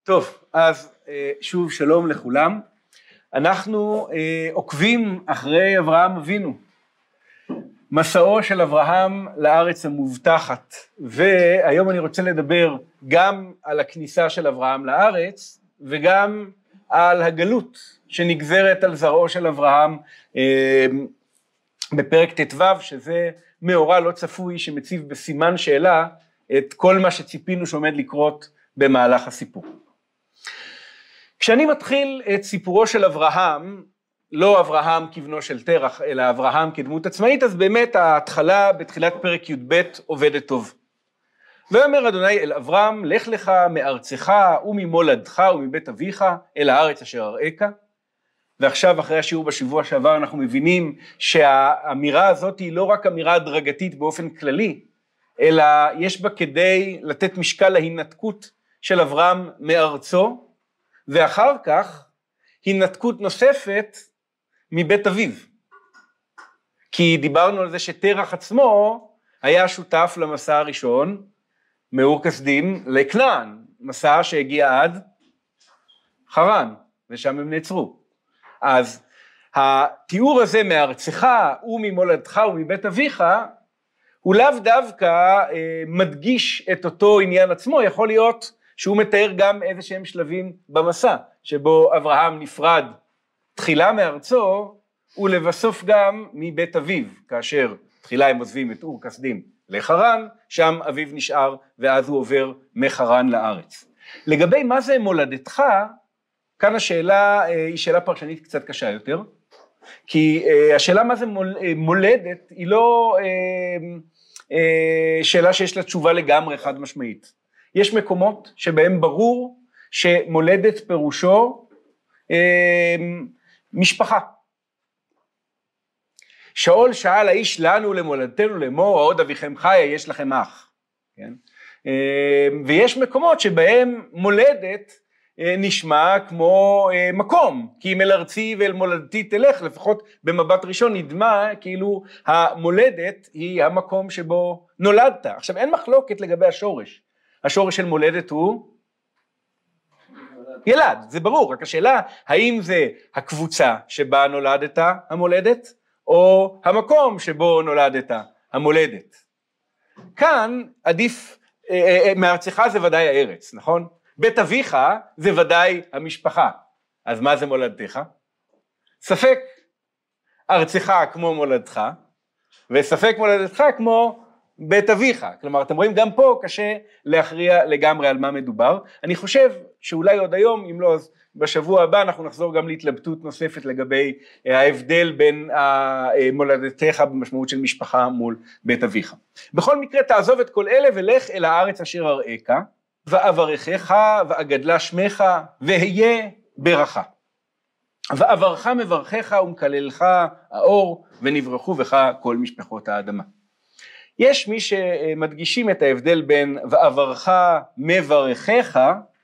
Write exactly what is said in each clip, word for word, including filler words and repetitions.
טוב, אז שוב שלום לכולם. אנחנו עוקבים אחרי אברהם אבינו, מסעו של אברהם לארץ המובטחת, והיום אני רוצה לדבר גם על הכניסה של אברהם לארץ וגם על הגלות שנגזרת על זרעו של אברהם בפרק ט"ו, שזה מאורע לא צפוי שמציב בסימן שאלה את כל מה שציפינו שעומד לקרות במהלך הסיפור. כשאני מתחיל את סיפורו של אברהם, לא אברהם כבנו של תרח, אלא אברהם כדמות עצמאית, אז באמת ההתחלה בתחילת פרק י"ב עובדת טוב. ואומר אדוני אל אברהם, לך לך מארצך וממולדתך ומבית אביך אל הארץ אשר אראך. ועכשיו אחרי השיעור בשבוע שעבר אנחנו מבינים שהאמירה הזאת היא לא רק אמירה הדרגתית באופן כללי, אלא יש בה כדי לתת משקל להינתקות של אברהם מארצו, ואחר כך הינתקות נוספת מבית אביו. כי דיברנו על זה שתרח עצמו היה שותף למסע הראשון, מאור כסדים לכנען, מסע שהגיע עד חרן, ושם הם נעצרו. אז התיאור הזה מארצך וממולדתך ומבית אביך, הוא לאו דווקא מדגיש את אותו עניין עצמו, יכול להיות שהוא מתאר גם איזה שהם שלבים במסע, שבו אברהם נפרד תחילה מארצו, ולבסוף גם מבית אביו, כאשר תחילה הם עוזבים את אור כסדים לחרן, שם אביו נשאר, ואז הוא עובר מחרן לארץ. לגבי מה זה מולדתך, כאן השאלה היא שאלה פרשנית קצת קשה יותר, כי השאלה מה זה מולדת היא לא שאלה שיש לה תשובה לגמרי חד משמעית. יש מקומות שבהם ברור שמולדת פירושו משפחה. שאול שאל האיש לנו למולדתנו לאמור, עוד אביכם חיה, יש לכם אח. כן? ויש מקומות שבהם מולדת נשמע כמו מקום, כי אם אל ארצי ואל מולדתי תלך, לפחות במבט ראשון נדמה כאילו המולדת היא המקום שבו נולדת. עכשיו אין מחלוקת לגבי השורש, השורש של מולדת הוא ילד, זה ברור, רק השאלה האם זה הקבוצה שבה נולדת המולדת, או המקום שבו נולדת המולדת. כאן עדיף, מארצך זה ודאי הארץ, נכון? בית אביך זה ודאי המשפחה, אז מה זה מולדתך? ספק ארצך כמו מולדתך, וספק מולדתך כמו בית אביך. כלומר, אתם רואים גם פה קשה להכריע לגמרי על מה מדובר. אני חושב שאולי עוד היום, אם לא אז בשבוע הבא, אנחנו נחזור גם להתלבטות נוספת לגבי ההבדל בין מולדתך במשמעות של משפחה מול בית אביך. בכל מקרה תעזוב את כל אלה ולך אל הארץ אשר אראך, ואברכך ואגדלה שמך והיה ברכה. ואברך מברכך ומקללך האור ונברכו בך כל משפחות האדמה. יש מי שמדגישים את ההבדל בין ואברך מברכך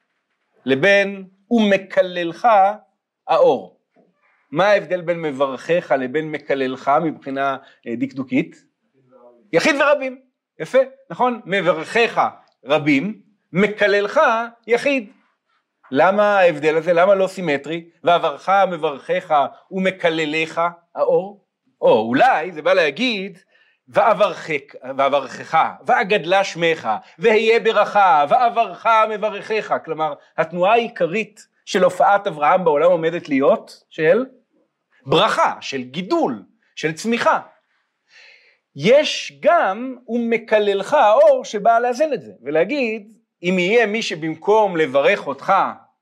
לבין ומקללך האור. מה ההבדל בין מברכך לבין מקללך מבחינה דקדוקית? יחיד ורבים. יפה, נכון? מברכך רבים, מקללך יחיד. למה ההבדל הזה? למה לא סימטרי? ואברך מברכך ומקללך האור? או אולי זה בא להגיד ואברכך, ואברכך, ואגדלה שמך, והיה ברכה, ואברך מברכך. כלומר, התנועה העיקרית של הופעת אברהם בעולם עומדת להיות של ברכה, של גידול, של צמיחה. יש גם ומקללך האור שבא לאזן את זה, ולהגיד, אם יהיה מי שבמקום לברך אותך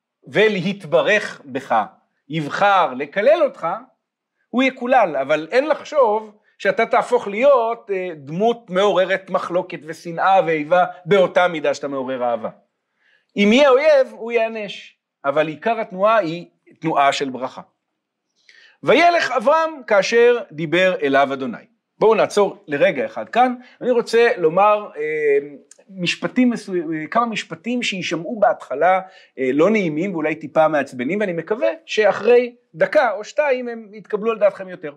ולהתברך בך, יבחר לקלל אותך, הוא יקולל, אבל אין לחשוב שאתה תהפוך להיות דמות מעוררת מחלוקת ושנאה ואיבה באותה מידה שאתה מעורר אהבה. אם יהיה אויב הוא יענש, אבל עיקר התנועה היא תנועה של ברכה. וילך אברהם כאשר דיבר אליו אדוני. בואו נעצור לרגע אחד כאן, אני רוצה לומר משפטים, כמה משפטים שישמעו בהתחלה לא נעימים ואולי טיפה מעצבנים, ואני מקווה שאחרי דקה או שתיים הם יתקבלו על דעתכם יותר.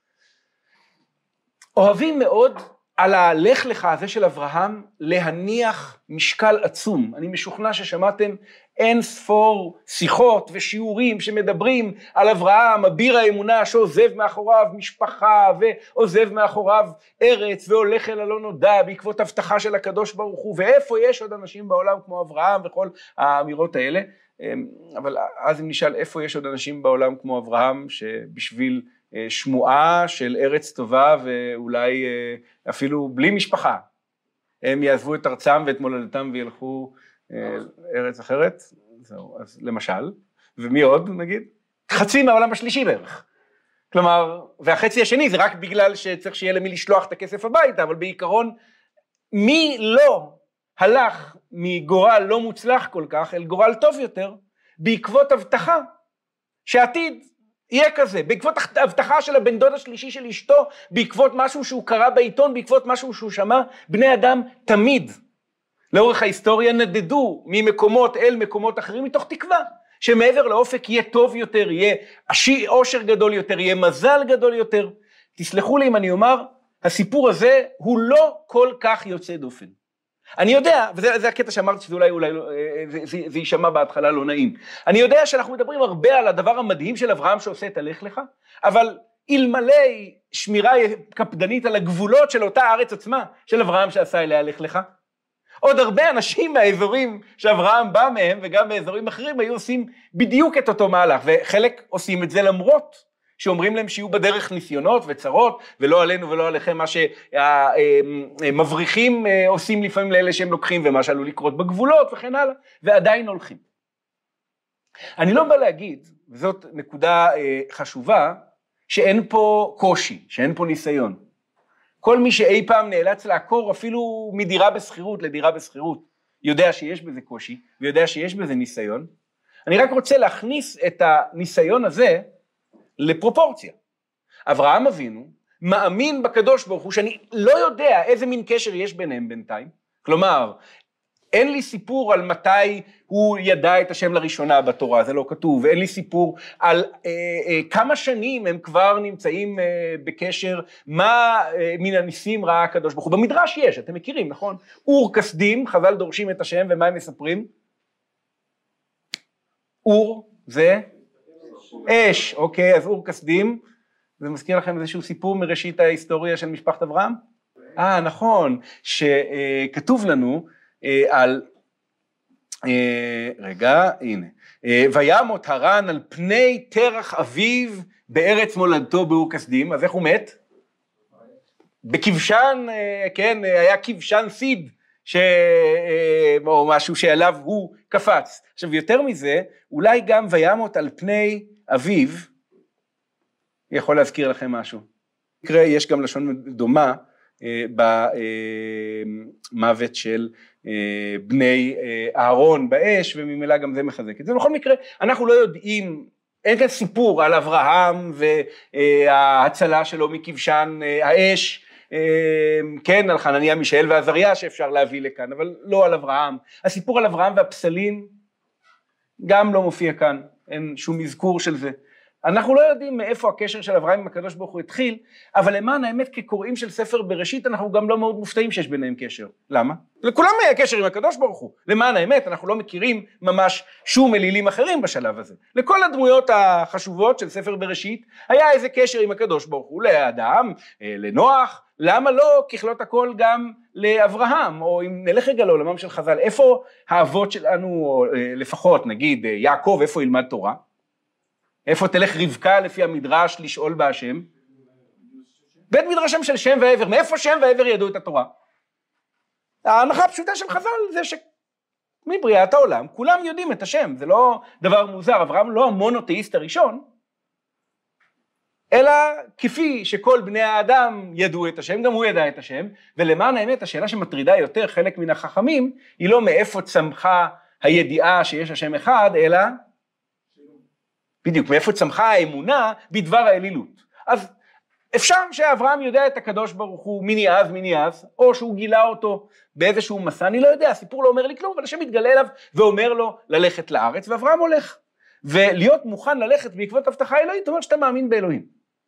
אוהבים מאוד על הלך לך הזה של אברהם להניח משקל עצום. אני משוכנע ששמעתם אין ספור שיחות ושיעורים שמדברים על אברהם, אביר האמונה שעוזב מאחוריו משפחה ועוזב מאחוריו ארץ והולך אל הלא נודע בעקבות הבטחה של הקדוש ברוך הוא, ואיפה יש עוד אנשים בעולם כמו אברהם וכל האמירות האלה. אבל אז אם נשאל איפה יש עוד אנשים בעולם כמו אברהם שבשביל שמועה של ארץ טובה ואולי אפילו בלי משפחה הם יעזבו את ארצם ואת מולדתם וילכו ארץ אחרת, זהו, אז למשל, ומי עוד נגיד? חצי מהעולם השלישי בערך, כלומר, והחצי השני זה רק בגלל שצריך שיהיה למי לשלוח את הכסף הביתה, אבל בעיקרון מי לא הלך מגורל לא מוצלח כל כך אל גורל טוב יותר, בעקבות הבטחה שעתיד יהיה כזה, בעקבות הבטחה של הבן דוד השלישי של אשתו, בעקבות משהו שהוא קרא בעיתון, בעקבות משהו שהוא שמע. בני אדם תמיד לאורך ההיסטוריה נדדו ממקומות אל מקומות אחרים מתוך תקווה שמעבר לאופק יהיה טוב יותר, יהיה עושר גדול יותר, יהיה מזל גדול יותר. תסלחו לי אם אני אומר, הסיפור הזה הוא לא כל כך יוצא דופן. אני יודע, וזה זה הקטע שאמרתי שזה אולי, אולי זה, זה, זה יישמע בהתחלה לא נעים. אני יודע שאנחנו מדברים הרבה על הדבר המדהים של אברהם שעושה את הלך לך, אבל אלמלא שמירה קפדנית על הגבולות של אותה הארץ עצמה, של אברהם שעשה אליה הלך לך, עוד הרבה אנשים מהאזורים שאברהם בא מהם, וגם באזורים אחרים, היו עושים בדיוק את אותו מהלך, וחלק עושים את זה למרות שאומרים להם שיהיו בדרך ניסיונות וצרות, ולא עלינו ולא עליכם, מה שהמבריחים עושים לפעמים לאלה שהם לוקחים, ומה שעלול לקרות בגבולות וכן הלאה, ועדיין הולכים. אני לא בא להגיד, וזאת נקודה חשובה, שאין פה קושי, שאין פה ניסיון. כל מי שאי פעם נאלץ לעקור אפילו מדירה בסחירות לדירה בסחירות, יודע שיש בזה קושי, ויודע שיש בזה ניסיון. אני רק רוצה להכניס את הניסיון הזה לפרופורציה. אברהם אבינו מאמין בקדוש ברוך הוא, שאני לא יודע איזה מין קשר יש ביניהם בינתיים, כלומר, אין לי סיפור על מתי הוא ידע את השם לראשונה בתורה, זה לא כתוב, אין לי סיפור על אה, אה, כמה שנים הם כבר נמצאים אה, בקשר, מה אה, מן הניסים ראה הקדוש ברוך הוא. במדרש יש, אתם מכירים, נכון? אור כסדים, חז"ל דורשים את השם, ומה הם מספרים? אור זה אש, אוקיי, אז אור כסדים, זה מזכיר לכם איזשהו סיפור מראשית ההיסטוריה של משפחת אברהם? אה, נכון, שכתוב לנו על, רגע, הנה, וימות הרן על פני תרח אביו בארץ מולדתו באור כסדים. אז איך הוא מת? בכבשן, כן, היה כבשן סיד, ש... או משהו שעליו הוא קפץ. עכשיו יותר מזה, אולי גם וימות על פני אביו, יכול להזכיר לכם משהו. יש גם לשון דומה במוות של בני אהרון באש, וממילא גם זה מחזק את זה. בכל מקרה, אנחנו לא יודעים, אין כאן סיפור על אברהם וההצלה שלו מכבשן האש, כן, על חנניה, מישאל ועזריה שאפשר להביא לכאן, אבל לא על אברהם. הסיפור על אברהם והפסלים גם לא מופיע כאן, אין שום מזכור של זה. אנחנו לא יודעים מאיפה הקשר של אברהם עם הקדוש ברוך הוא התחיל, אבל למען האמת כקוראים של ספר בראשית אנחנו גם לא מאוד מופתעים שיש ביניהם קשר. למה? לכולם היה קשר עם הקדוש ברוך הוא. למען האמת אנחנו לא מכירים ממש שום אלילים אחרים בשלב הזה. לכל הדמויות החשובות של ספר בראשית היה איזה קשר עם הקדוש ברוך הוא, לאדם, לנוח, למה לא ככלות הכל גם לאברהם, או אם נלך רגע לעולמם של חז"ל, איפה האבות שלנו, או לפחות נגיד יעקב, איפה ילמד תורה? איפה תלך רבקה לפי המדרש לשאול בה השם? בית מדרשם של שם ועבר. מאיפה שם ועבר ידעו את התורה? ההנחה הפשוטה של חז"ל זה שמבריאת העולם כולם יודעים את השם, זה לא דבר מוזר. אברהם לא המונותאיסט הראשון, אלא כפי שכל בני האדם ידעו את השם, גם הוא ידע את השם. ולמען האמת השאלה שמטרידה יותר חלק מן החכמים היא לא מאיפה צמחה הידיעה שיש השם אחד, אלא בדיוק, מאיפה צמחה האמונה בדבר האלילות. אז אפשר שאברהם יודע את הקדוש ברוך הוא מיני אז, מיני אז, או שהוא גילה אותו באיזשהו מסע, אני לא יודע, הסיפור לא אומר לי כלום, אבל השם מתגלה אליו ואומר לו ללכת לארץ, ואברהם הולך. ולהיות מוכן ללכת בעקבות הבטחה אלוהית, אומר שאתה מאמין באלוהים.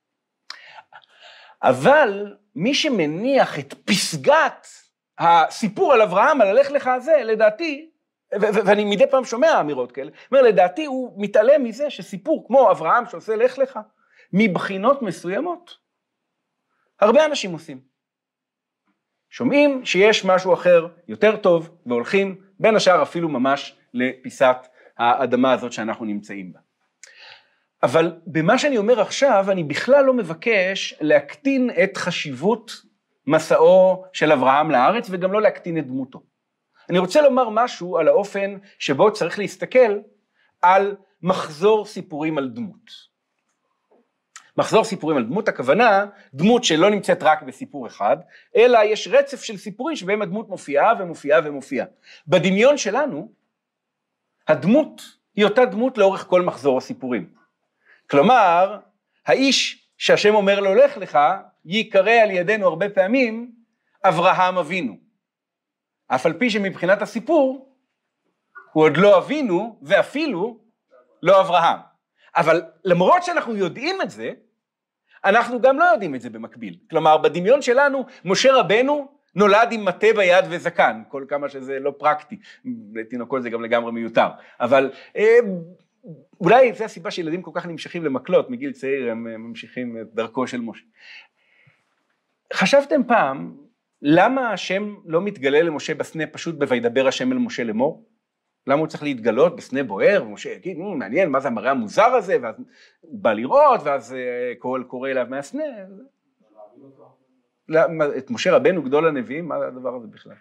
אבל מי שמניח את פסגת הסיפור על אברהם, על הלך לך הזה, לדעתי, ואני מדי פעם שומע אמירות כאלה, אומר, לדעתי הוא מתעלם מזה שסיפור כמו אברהם שעושה לך לך, מבחינות מסוימות, הרבה אנשים עושים. שומעים שיש משהו אחר יותר טוב, והולכים בין השאר אפילו ממש לפיסת האדמה הזאת שאנחנו נמצאים בה. אבל במה שאני אומר עכשיו, אני בכלל לא מבקש להקטין את חשיבות מסעו של אברהם לארץ, וגם לא להקטין את דמותו. אני רוצה לומר משהו על האופן שבו צריך להסתכל על מחזור סיפורים על דמות. מחזור סיפורים על דמות, הכוונה, דמות שלא נמצאת רק בסיפור אחד, אלא יש רצף של סיפורים שבהם הדמות מופיעה ומופיעה ומופיעה. בדמיון שלנו, הדמות היא אותה דמות לאורך כל מחזור הסיפורים. כלומר, האיש שהשם אומר לו לך לך, ייקרא על ידינו הרבה פעמים אברהם אבינו. אף על פי שמבחינת הסיפור, הוא עוד לא אבינו ואפילו לא אברהם. אבל למרות שאנחנו יודעים את זה, אנחנו גם לא יודעים את זה במקביל. כלומר, בדמיון שלנו, משה רבנו נולד עם מטה ביד וזקן, כל כמה שזה לא פרקטי, לתינוקות זה גם לגמרי מיותר. אבל אולי זו הסיבה שילדים כל כך נמשכים למקלות, מגיל צעיר הם ממשיכים את דרכו של משה. חשבתם פעם, למה השם לא מתגלה למשה בסנה פשוט בוידבר השם אל משה לאמור? למה הוא צריך להתגלות בסנה בוער, ומשה יגיד, מעניין, מה זה המראה המוזר הזה, ואז הוא בא לראות, ואז קורא, קורא אליו מהסנה. את משה רבנו גדול הנביאים, מה הדבר הזה בכלל?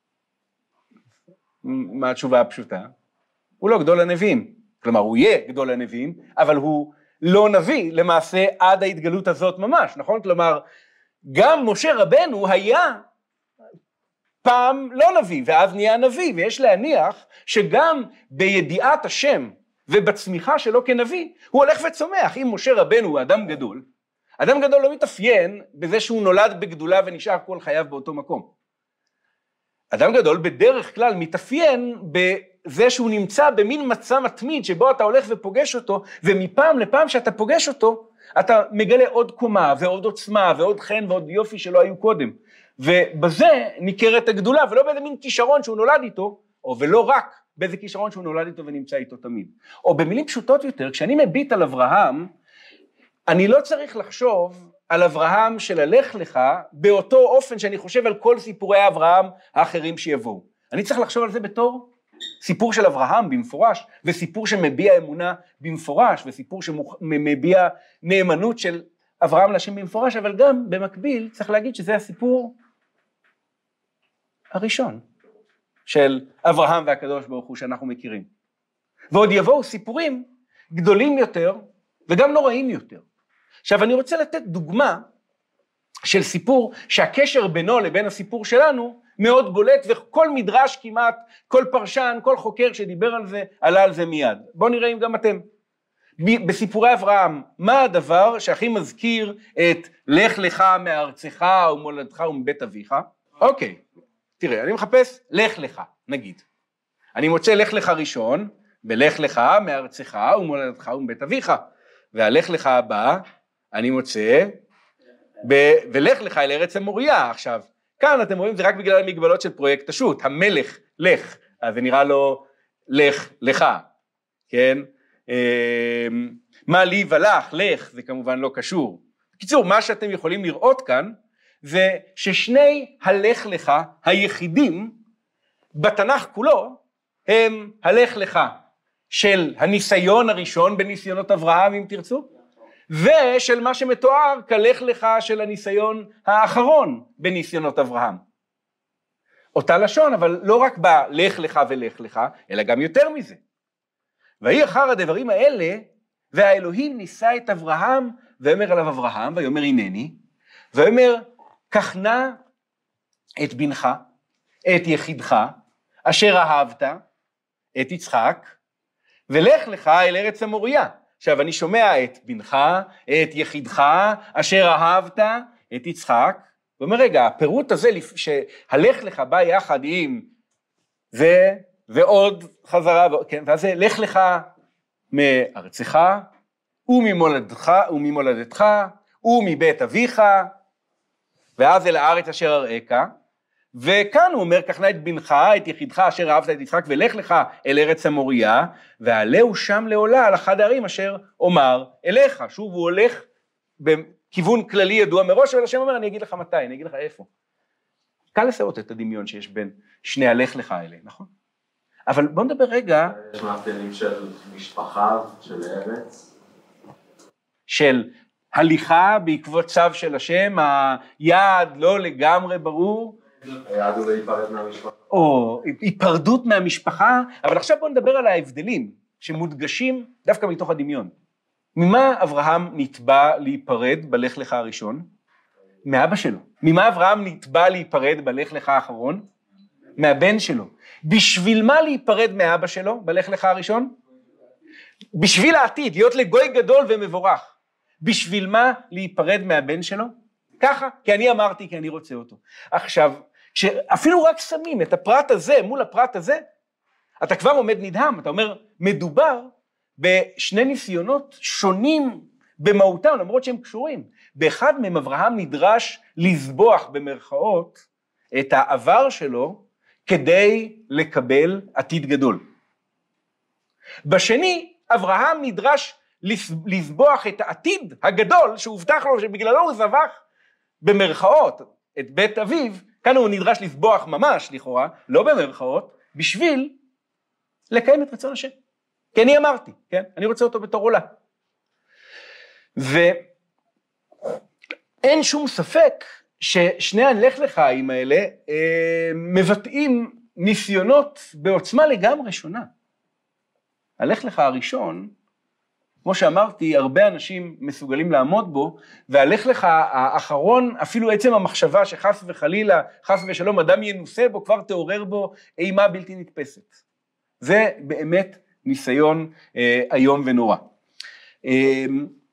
מה התשובה הפשוטה? הוא לא גדול הנביאים, כלומר הוא יהיה גדול הנביאים, אבל הוא לא נביא למעשה עד ההתגלות הזאת ממש, נכון? כלומר, גם משה רבנו היה פעם לא נביא, ואז נהיה נביא, ויש להניח שגם בידיעת השם ובצמיחה שלו כנביא, הוא הולך וצומח. אם משה רבנו הוא אדם גדול, אדם גדול לא מתאפיין בזה שהוא נולד בגדולה ונשאר כל חייו באותו מקום. אדם גדול בדרך כלל מתאפיין בזה שהוא נמצא במין מצע מתמיד, שבו אתה הולך ופוגש אותו, ומפעם לפעם שאתה פוגש אותו, אתה מגלה עוד קומה ועוד עוצמה ועוד חן ועוד יופי שלא היו קודם. ובזה ניכרת הגדולה, ולא באיזה מין כישרון שהוא נולד איתו, או ולא רק באיזה כישרון שהוא נולד איתו ונמצא איתו תמיד. או במילים פשוטות יותר, כשאני מביט על אברהם, אני לא צריך לחשוב על אברהם של הלך לך, באותו אופן שאני חושב על כל סיפורי אברהם האחרים שיבואו. אני צריך לחשוב על זה בתור סיפור של אברהם במפורש, וסיפור שמביע אמונה במפורש, וסיפור שמביע נאמנות של אברהם להשם במפורש, אבל גם במקביל צריך להגיד שזה הסיפור הראשון של אברהם והקדוש ברוך הוא שאנחנו מכירים. ועוד יבואו סיפורים גדולים יותר וגם נוראים יותר. עכשיו אני רוצה לתת דוגמה של סיפור שהקשר בינו לבין הסיפור שלנו מאוד בולט, וכל מדרש כמעט, כל פרשן, כל חוקר שדיבר על זה, עלה על זה מיד. בואו נראה אם גם אתם. בסיפורי אברהם, מה הדבר שהכי מזכיר את לך לך מארצך ומולדתך ומבית אביך? אוקיי, תראה, אני מחפש לך לך, נגיד. אני מוצא לך לך ראשון, בלך לך מארצך ומולדתך ומבית אביך. והלך לך הבא, אני מוצא, ב- ולך לך אל ארץ המוריה. עכשיו, כאן אתם רואים, זה רק בגלל המגבלות של פרויקט השו"ת, המלך, לך, אז זה נראה לו לך, לך, כן? מה לי ולך, לך, זה כמובן לא קשור. בקיצור, מה שאתם יכולים לראות כאן, זה ששני הלך לך היחידים בתנ"ך כולו, הם הלך לך של הניסיון הראשון בניסיונות אברהם, אם תרצו, ושל מה שמתואר כלך לך של הניסיון האחרון בניסיונות אברהם. אותה לשון, אבל לא רק בלך לך ולך לך, אלא גם יותר מזה. ויהי אחר הדברים האלה, והאלוהים ניסה את אברהם, ואומר עליו אברהם, ויאמר הנני, ואומר, קח נא את בנך, את יחידך, אשר אהבת, את יצחק, ולך לך אל ארץ המוריה. עכשיו אני שומע את בנך, את יחידך, אשר אהבת, את יצחק, ואומר רגע, הפירוט הזה שהלך לך בא יחד עם זה, ועוד חזרה, כן, ואז זה לך לך מארצך, וממולדתך, וממולדתך, ומבית אביך, ואז אל הארץ אשר אראך, וכאן הוא אומר, קח נא את בנך, את יחידך אשר אהבת את יצחק, ולך לך אל ארץ המוריה, ועלהו שם לעולה על אחד הערים אשר אומר אליך. שוב הוא הולך בכיוון כללי ידוע מראש, אבל השם אומר, אני אגיד לך מתי, אני אגיד לך איפה. קל לסעות את הדמיון שיש בין שני הלך לך האלה, נכון? אבל בוא נדבר רגע... יש מאפיינים של משפחה, של ארץ? של הליכה בעקבות צו של השם, היעד לא לגמרי ברור. היעד הוא להיפרד מהמשפחה. או היפרדות מהמשפחה, אבל עכשיו בוא נדבר על ההבדלים שמודגשים דווקא מתוך הדמיון. ממה אברהם נתבע להיפרד בלך לך הראשון? מאבא שלו. ממה אברהם נתבע להיפרד בלך לך האחרון? מהבן שלו. בשביל מה להיפרד מאבא שלו בלך לך הראשון? בשביל העתיד, להיות לגוי גדול ומבורך. בשביל מה להיפרד מהבן שלו? ככה, כי אני אמרתי, כי אני רוצה אותו. עכשיו, שאפילו רק שמים את הפרט הזה מול הפרט הזה, אתה כבר עומד נדהם, אתה אומר, מדובר בשני ניסיונות שונים במהותם, למרות שהם קשורים. באחד מהם אברהם נדרש לזבוח במרכאות את העבר שלו, כדי לקבל עתיד גדול. בשני, אברהם נדרש לזבוח את העתיד הגדול שהובטח לו, שבגללו הוא זבח במרכאות את בית אביו, כאן הוא נדרש לזבוח ממש לכאורה, לא במרכאות, בשביל לקיים את רצון השם. כי אני אמרתי, כן? אני רוצה אותו בתור עולה. ואין שום ספק ששני הלך לחיים האלה אה, מבטאים ניסיונות בעוצמה לגמרי שונה. הלך לך הראשון, כמו שאמרתי, הרבה אנשים מסוגלים לעמוד בו, והלך לך האחרון, אפילו עצם המחשבה שחס וחלילה, חס ושלום, אדם ינוסה בו, כבר תעורר בו אימה בלתי נתפסת. זה באמת ניסיון אה, היום ונורא. אה,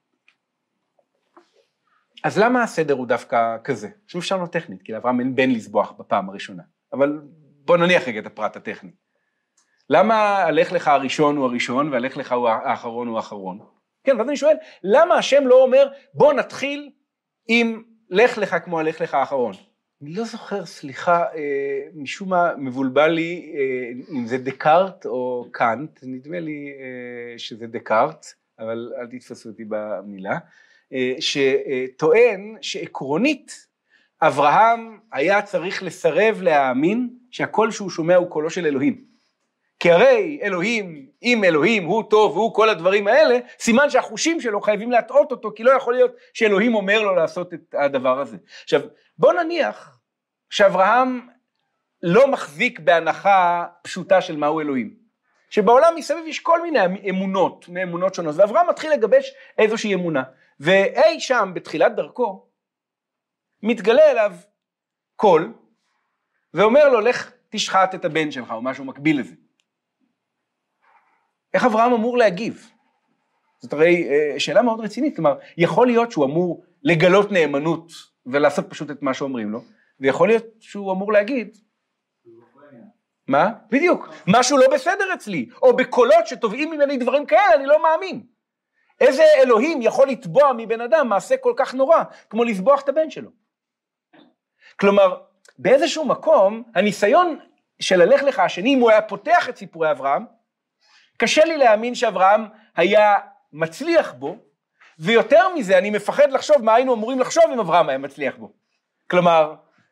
אז למה הסדר הוא דווקא כזה? עכשיו אפשר לא טכנית, כי לאברהם אין בן לסבוח בפעם הראשונה, אבל בוא נניח רגע את הפרט הטכני. למה הלך לך הראשון הוא הראשון, והלך לך האחרון הוא האחרון? כן, ואז אני שואל, למה השם לא אומר, בוא נתחיל עם לך לך כמו הלך לך האחרון? אני לא זוכר, סליחה, אה, משום מה מבולבל לי, אה, אם זה דקארט או קאנט, נדמה לי אה, שזה דקארט, אבל אל תתפסו אותי במילה, אה, שטוען שעקרונית, אברהם היה צריך לסרב להאמין שהכל שהוא שומע הוא קולו של אלוהים. כי הרי אלוהים, אם אלוהים הוא טוב והוא כל הדברים האלה, סימן שהחושים שלו חייבים להטעות אותו, כי לא יכול להיות שאלוהים אומר לו לעשות את הדבר הזה. עכשיו, בוא נניח שאברהם לא מחזיק בהנחה פשוטה של מהו אלוהים. שבעולם מסביב יש כל מיני אמונות, מאמונות שונות, ואברהם מתחיל לגבש איזושהי אמונה. ואי שם בתחילת דרכו, מתגלה אליו קול, ואומר לו, לך תשחט את הבן שלך, או משהו מקביל לזה. איך אברהם אמור להגיב? זאת הרי שאלה מאוד רצינית, כלומר, יכול להיות שהוא אמור לגלות נאמנות, ולעשות פשוט את מה שאומרים לו, ויכול להיות שהוא אמור להגיד, מה? בדיוק, משהו לא בסדר אצלי, או בקולות שטובעים ממני דברים כאלה, אני לא מאמין. איזה אלוהים יכול לתבוע מבן אדם מעשה כל כך נורא, כמו לסבוח את הבן שלו? כלומר, באיזשהו מקום, הניסיון של הלך לך השני, אם הוא היה פותח את סיפורי אברהם, קשה לי להאמין שאברהם היה מצליח בו, ויותר מזה אני מפחד לחשוב מה היינו אמורים לחשוב אם אברהם היה מצליח בו. כלומר,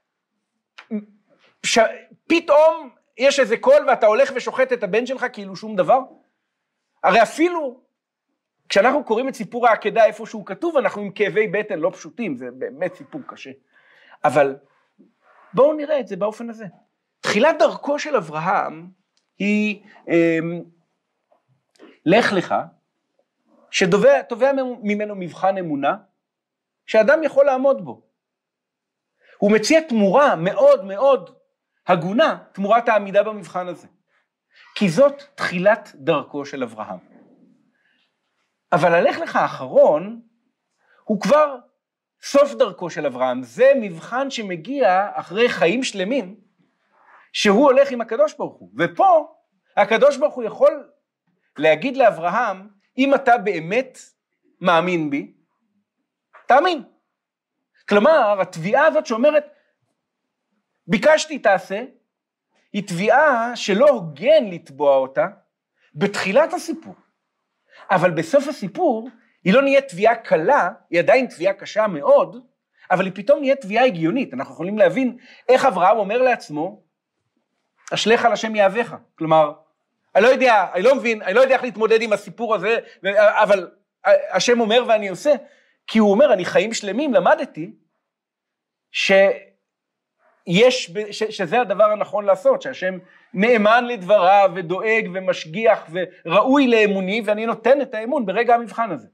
ש... פתאום יש איזה קול ואתה הולך ושוחט את הבן שלך כאילו שום דבר. הרי אפילו כשאנחנו קוראים את סיפור העקדה איפה שהוא כתוב, אנחנו עם כאבי בטן לא פשוטים, זה באמת סיפור קשה. אבל בואו נראה את זה באופן הזה. תחילת דרכו של אברהם היא אה, לך לך, שתובע ממנו מבחן אמונה, שאדם יכול לעמוד בו. הוא מציע תמורה מאוד מאוד הגונה, תמורת העמידה במבחן הזה. כי זאת תחילת דרכו של אברהם. אבל הלך לך האחרון, הוא כבר סוף דרכו של אברהם. זה מבחן שמגיע אחרי חיים שלמים, שהוא הולך עם הקדוש ברוך הוא. ופה הקדוש ברוך הוא יכול להגיד לאברהם, אם אתה באמת מאמין בי, תאמין. כלומר, התביעה הזאת שאומרת, ביקשתי תעשה, היא תביעה שלא הוגן לתבוע אותה בתחילת הסיפור. אבל בסוף הסיפור היא לא נהיית תביעה קלה, היא עדיין תביעה קשה מאוד, אבל היא פתאום נהיית תביעה הגיונית. אנחנו יכולים להבין איך אברהם אומר לעצמו, אשליך על השם יאהבך. כלומר, אני לא יודע, אני לא מבין, אני לא יודע איך להתמודד עם הסיפור הזה, אבל השם אומר ואני עושה, כי הוא אומר, אני חיים שלמים, למדתי, שיש, ש, שזה הדבר הנכון לעשות, שהשם נאמן לדבריו ודואג ומשגיח וראוי לאמוני, ואני נותן את האמון ברגע המבחן הזה.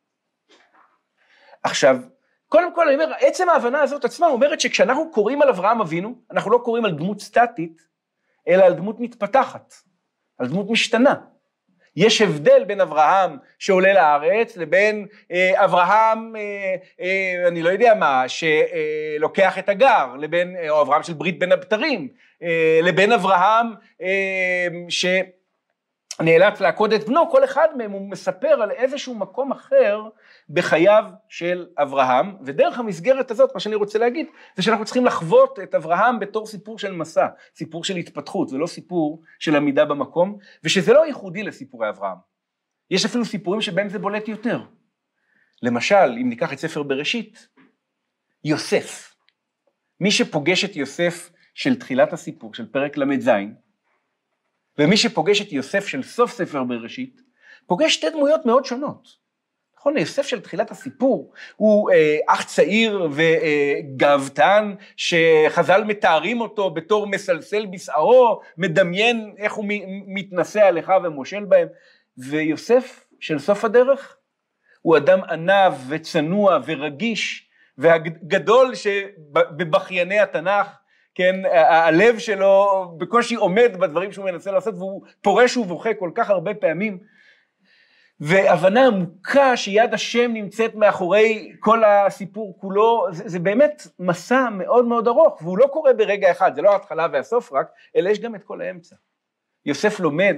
עכשיו, קודם כל, אני אומר, עצם ההבנה הזאת עצמה אומרת שכשאנחנו קוראים על אברהם אבינו, אנחנו לא קוראים על דמות סטטית, אלא על דמות מתפתחת, על דמות משתנה. יש הבדל בין אברהם שעולה לארץ, לבין אה, אברהם, אה, אה, אני לא יודע מה, שלוקח את הגר, לבין, או אברהם של ברית בין הבתרים, אה, לבין אברהם אה, שנאלץ לעקוד את בנו. כל אחד מהם הוא מספר על איזשהו מקום אחר בחייו של אברהם, ודרך המסגרת הזאת, מה שאני רוצה להגיד, זה שאנחנו צריכים לחוות את אברהם בתור סיפור של מסע, סיפור של התפתחות, ולא סיפור של עמידה במקום, ושזה לא ייחודי לסיפורי אברהם. יש אפילו סיפורים שבהם זה בולט יותר. למשל, אם ניקח את ספר בראשית, יוסף. מי שפוגש את יוסף של תחילת הסיפור, של פרק למד זין, ומי שפוגש את יוסף של סוף ספר בראשית, פוגש שתי דמויות מאוד שונות. נכון, יוסף של תחילת הסיפור הוא אה, אח צעיר וגאוותן, שחז"ל מתארים אותו בתור מסלסל בשערו, מדמיין איך הוא מתנשא על אחיו ומושל בהם, ויוסף של סוף הדרך הוא אדם ענב וצנוע ורגיש, והגדול שבבחייני התנ"ך, כן, הלב שלו בקושי עומד בדברים שהוא מנסה לעשות, והוא פורש ובוכה כל כך הרבה פעמים, והבנה עמוקה שיד השם נמצאת מאחורי כל הסיפור כולו, זה, זה באמת מסע מאוד מאוד ארוך, והוא לא קורה ברגע אחד, זה לא ההתחלה והסוף רק, אלא יש גם את כל האמצע. יוסף לומד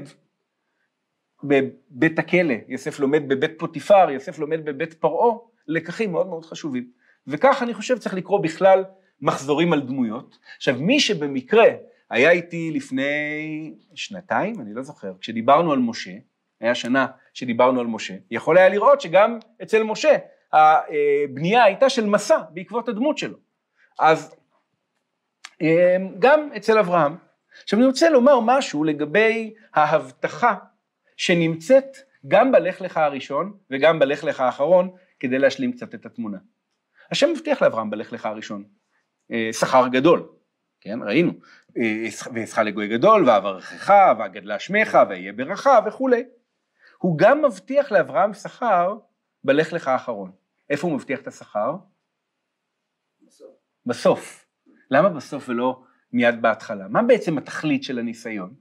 בבית הכלא, יוסף לומד בבית פוטיפר, יוסף לומד בבית פרעה, לקחים מאוד מאוד חשובים. וכך אני חושב צריך לקרוא בכלל מחזורים על דמויות. עכשיו מי שבמקרה היה איתי לפני שנתיים, אני לא זוכר, כשדיברנו על משה, היה שנה שדיברנו על משה, יכול היה לראות שגם אצל משה הבנייה הייתה של מסע בעקבות הדמות שלו. אז גם אצל אברהם. עכשיו אני רוצה לומר משהו לגבי ההבטחה שנמצאת גם בלך לך הראשון וגם בלך לך האחרון, כדי להשלים קצת את התמונה. השם מבטיח לאברהם בלך לך הראשון שכר גדול, כן, ראינו, ואשכה לגוי גדול, ואברכך, ואגדלה שמך, ויהיה ברכה וכולי. הוא גם מבטיח לאברהם שכר בלך לך האחרון. איפה הוא מבטיח את השכר? בסוף. בסוף. למה בסוף ולא מיד בהתחלה? מה בעצם התכלית של הניסיון?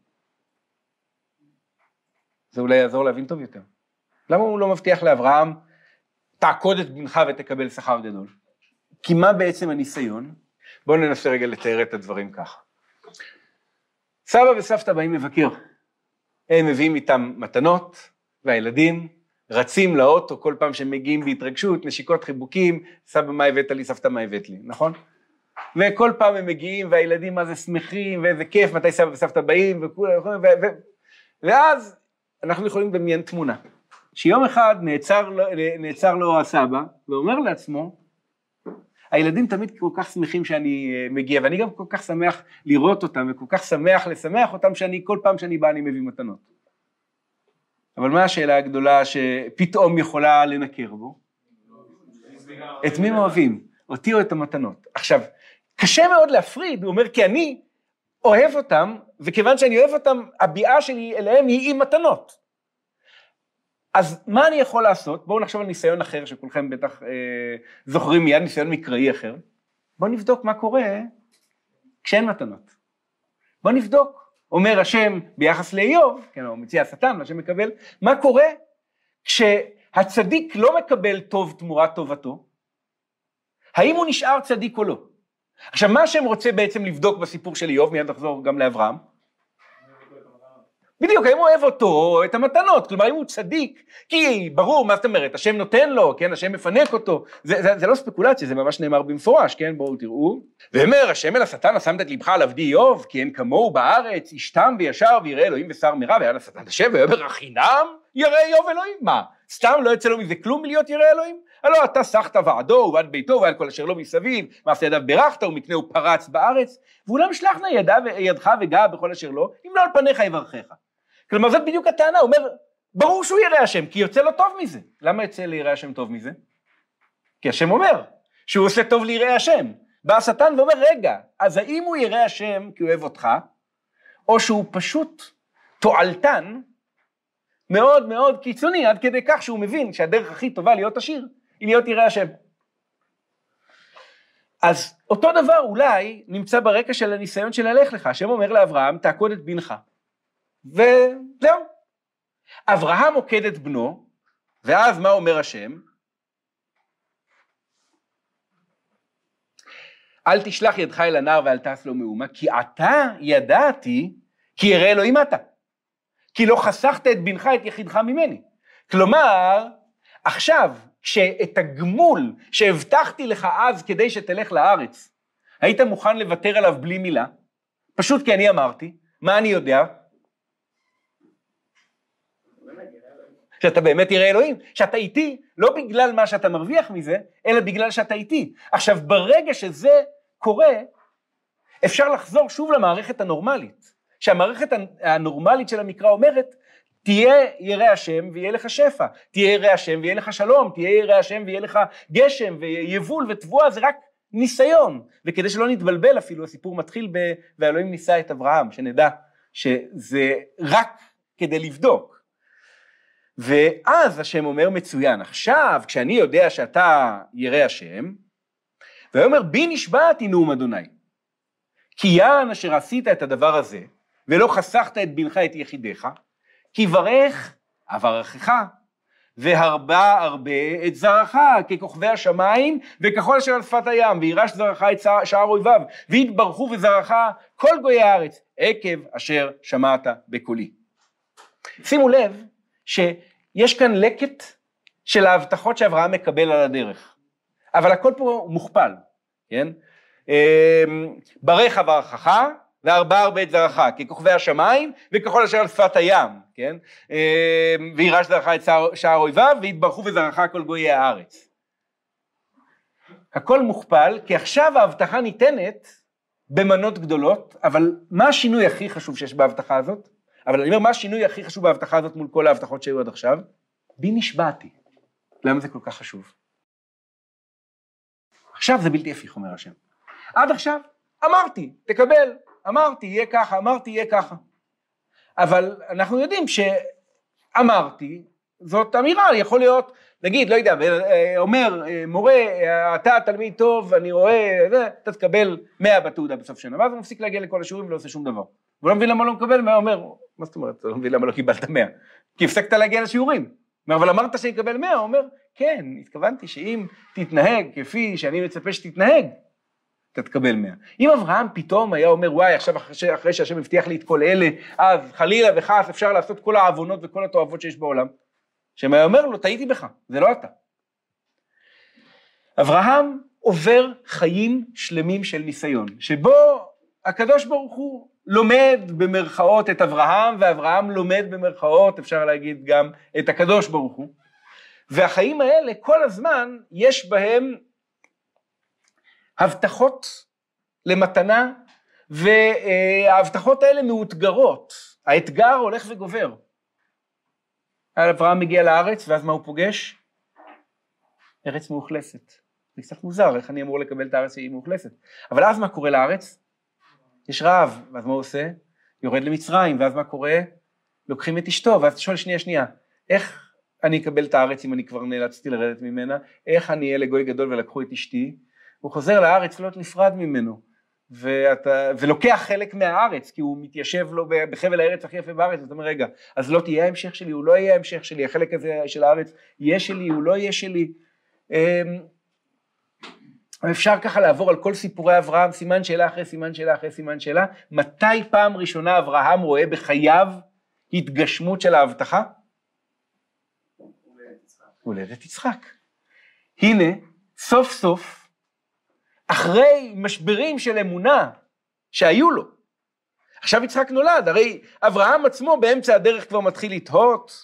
זה אולי יעזור להבין טוב יותר. למה הוא לא מבטיח לאברהם, תעקוד את בנך ותקבל שכר גדול? כי מה בעצם הניסיון? בואו ננסה רגע לתאר את הדברים ככה. סבא וסבתא באים לבקר. הם מביאים איתם מתנות, והילדים רצים לאוטו כל פעם שהם מגיעים בהתרגשות, נשיקות חיבוקים, סבא מה הבאת לי, סבתא מה הבאת לי, נכון? וכל פעם הם מגיעים והילדים מה זה שמחים ואיזה כיף, מתי סבא וסבתא באים וכו', ו- ו- ואז אנחנו יכולים לדמיין תמונה, שיום אחד נעצר לו, נעצר לו הסבא ואומר לעצמו, הילדים תמיד כל כך שמחים שאני מגיע, ואני גם כל כך שמח לראות אותם, וכל כך שמח לשמח אותם, שאני כל פעם שאני בא אני מביא מתנות. אבל מה השאלה הגדולה שפתאום יכולה לנקר בו? את מי אוהבים? אותי או את המתנות? עכשיו, קשה מאוד להפריד, הוא אומר, כי אני אוהב אותם, וכיוון שאני אוהב אותם, הביעה שלי אליהם היא עם מתנות. אז מה אני יכול לעשות? בואו נחשוב על ניסיון אחר, שכולכם בטח אה, זוכרים מיד, ניסיון מקראי אחר. בואו נבדוק מה קורה כשאין מתנות. בואו נבדוק. אומר השם ביחס לאיוב, כן, הוא מציע השטן, השם מקבל, מה קורה כשהצדיק לא מקבל טוב תמורת טובתו? האם הוא נשאר צדיק או לא? עכשיו, מה השם רוצה בעצם לבדוק בסיפור של איוב, מיד נחזור גם לאברהם? בדיוק, האם הוא אוהב אותו, או את המתנות, כלומר, אם הוא צדיק, כי ברור, מה זאת אומרת, השם נותן לו, כן, השם מפנק אותו, זה, זה, זה לא ספקולציה, זה ממש נאמר במפורש, כן, בואו תראו, ואומר, השם אל השטן, שמת את לבך על עבדי איוב, כי אין כמוהו בארץ, איש תם וישר, ויראה אלוהים ושר מרע, והיה לשטן השם, ויאמר, החינם ירא איוב אלוהים, מה, סתם לא יצא לו מזה כלום מלהיות ירא אלוהים? הלא אתה שחת ועדו ובעד ביתו ועל כל אשר לו מסביב, מעשה ידיו ברכת ומקנהו פרץ בארץ, ואולם שלחנה ידיו, ידך וגע בכל אשר לו, אם לא על פניך יברכך. כלומר זאת בדיוק הטענה, הוא אומר, ברור שהוא ירא השם, כי יוצא לו טוב מזה. למה יוצא לירא השם טוב מזה? כי השם אומר, שהוא עושה טוב לירא השם. בא השטן ואומר, רגע, אז האם הוא ירא השם כי הוא אוהב אותך, או שהוא פשוט תועלתן, מאוד מאוד קיצוני, עד כדי כך שהוא מבין שהדרך הכי טובה להיות עשיר, היא להיות ירא השם. אז אותו דבר אולי נמצא ברקע של הניסיון של הלך לך, השם אומר לאברהם, תעקוד את בנך. וזהו. אברהם עוקד את בנו, ואז מה אומר השם? אל תשלח ידך אל הנער ואל תעש לו מאומה, כי אתה ידעתי, כי ירא אלוהים אתה. כי לא חסכת את בנך, את יחידך ממני. כלומר, עכשיו, שאת הגמול שהבטחתי לך אז כדי שתלך לארץ, היית מוכן לוותר עליו בלי מילה, פשוט כי אני אמרתי, מה אני יודע? שאתה באמת ירא אלוהים, שאתה איתי, לא בגלל מה שאתה מרוויח מזה, אלא בגלל שאתה איתי. עכשיו, ברגע שזה קורה, אפשר לחזור שוב למערכת הנורמלית, שהמערכת הנורמלית של המקרא אומרת, תהיה ירא השם ויהיה לך שפע, תהיה ירא השם ויהיה לך שלום, תהיה ירא השם ויהיה לך גשם ויבול ותבואה, זה רק ניסיון, וכדי שלא נתבלבל אפילו, הסיפור מתחיל ב... ואלוהים ניסה את אברהם, שנדע שזה רק כדי לבדוק. ואז השם אומר מצוין, עכשיו כשאני יודע שאתה ירא השם, והוא אומר בי נשבעתי נאום אדוני, כי יען אשר עשית את הדבר הזה, ולא חסכת את בנך את יחידך, כי ברך אברכך, והרבה הרבה את זרעך, ככוכבי השמיים, וככל אשר על שפת הים, וירש זרעך את שער אויביו, והתברכו בזרעך כל גויי הארץ, עקב אשר שמעת בקולי. שימו לב שיש כאן לקט של ההבטחות שאברהם מקבל על הדרך, אבל הכל פה מוכפל, כן? ברך אברכך, והרבה הרבה את זרעך, ככוכבי השמיים, וככל אשר על שפת הים, כן? וירש זרעך את שער אויביו, והתברכו בזרעך כל גויי הארץ. הכל מוכפל, כי עכשיו ההבטחה ניתנת במנות גדולות, אבל מה השינוי הכי חשוב שיש בהבטחה הזאת? אבל אני אומר, מה השינוי הכי חשוב בהבטחה הזאת מול כל ההבטחות שהיו עד עכשיו? בי נשבעתי. למה זה כל כך חשוב? עכשיו זה בלתי הפיך, אומר השם. עד עכשיו אמרתי, תקבל, אמרתי, יהיה ככה, אמרתי, יהיה ככה. אבל אנחנו יודעים שאמרתי, זאת אמירה, יכול להיות, נגיד, לא יודע, אומר, מורה, אתה תלמיד טוב, אני רואה, אתה תקבל מאה בתעודה בסוף שנה, ואז הוא מפסיק להגיע לכל השיעורים ולא עושה שום דבר. והוא לא מבין למה לא מקבל, מה אומר, מה זאת אומרת, לא מבין למה לא קיבלת מאה, כי הפסקת להגיע לשיעורים. אבל אמרת שיקבל מאה, הוא אומר, כן, התכוונתי שאם תתנהג כפי שאני מצפה שתתנהג, אתה תקבל מאה. אם אברהם פתאום היה אומר, וואי, עכשיו אחרי, אחרי שהשם הבטיח לי את כל אלה, אז חלילה וחס אפשר לעשות כל העוונות וכל התועבות שיש בעולם, שהם היה אומר לו, טעיתי בך, זה לא אתה. אברהם עובר חיים שלמים של ניסיון, שבו הקדוש ברוך הוא לומד במרכאות את אברהם, ואברהם לומד במרכאות, אפשר להגיד גם את הקדוש ברוך הוא, והחיים האלה כל הזמן יש בהם הבטחות למתנה, וההבטחות האלה מאותגרות, האתגר הולך וגובר. אברהם מגיע לארץ, ואז מה הוא פוגש? ארץ מאוכלסת. זה קצת מוזר, איך אני אמור לקבל את הארץ שהיא מאוכלסת? אבל אז מה קורה לארץ? יש רעב, ואז מה הוא עושה? יורד למצרים, ואז מה קורה? לוקחים את אשתו, ואז תשאול שנייה שנייה, איך אני אקבל את הארץ אם אני כבר נאלצתי לרדת ממנה? איך אני אהיה לגוי גדול ולקחו את אשתי? הוא חוזר לארץ ולא נפרד ממנו, ואתה, ולוקח חלק מהארץ, כי הוא מתיישב לו בחבל הארץ הכי יפה בארץ, זאת אומרת, רגע, אז לא תהיה ההמשך שלי, הוא לא יהיה ההמשך שלי, החלק הזה של הארץ יהיה שלי, הוא לא יהיה שלי. אפשר ככה לעבור על כל סיפורי אברהם, סימן שאלה אחרי סימן שאלה אחרי סימן שאלה, מתי פעם ראשונה אברהם רואה בחייו התגשמות של ההבטחה? הולדת יצחק. הנה, סוף סוף, אחרי משברים של אמונה שהיו לו, עכשיו יצחק נולד, הרי אברהם עצמו באמצע הדרך כבר מתחיל לתהות,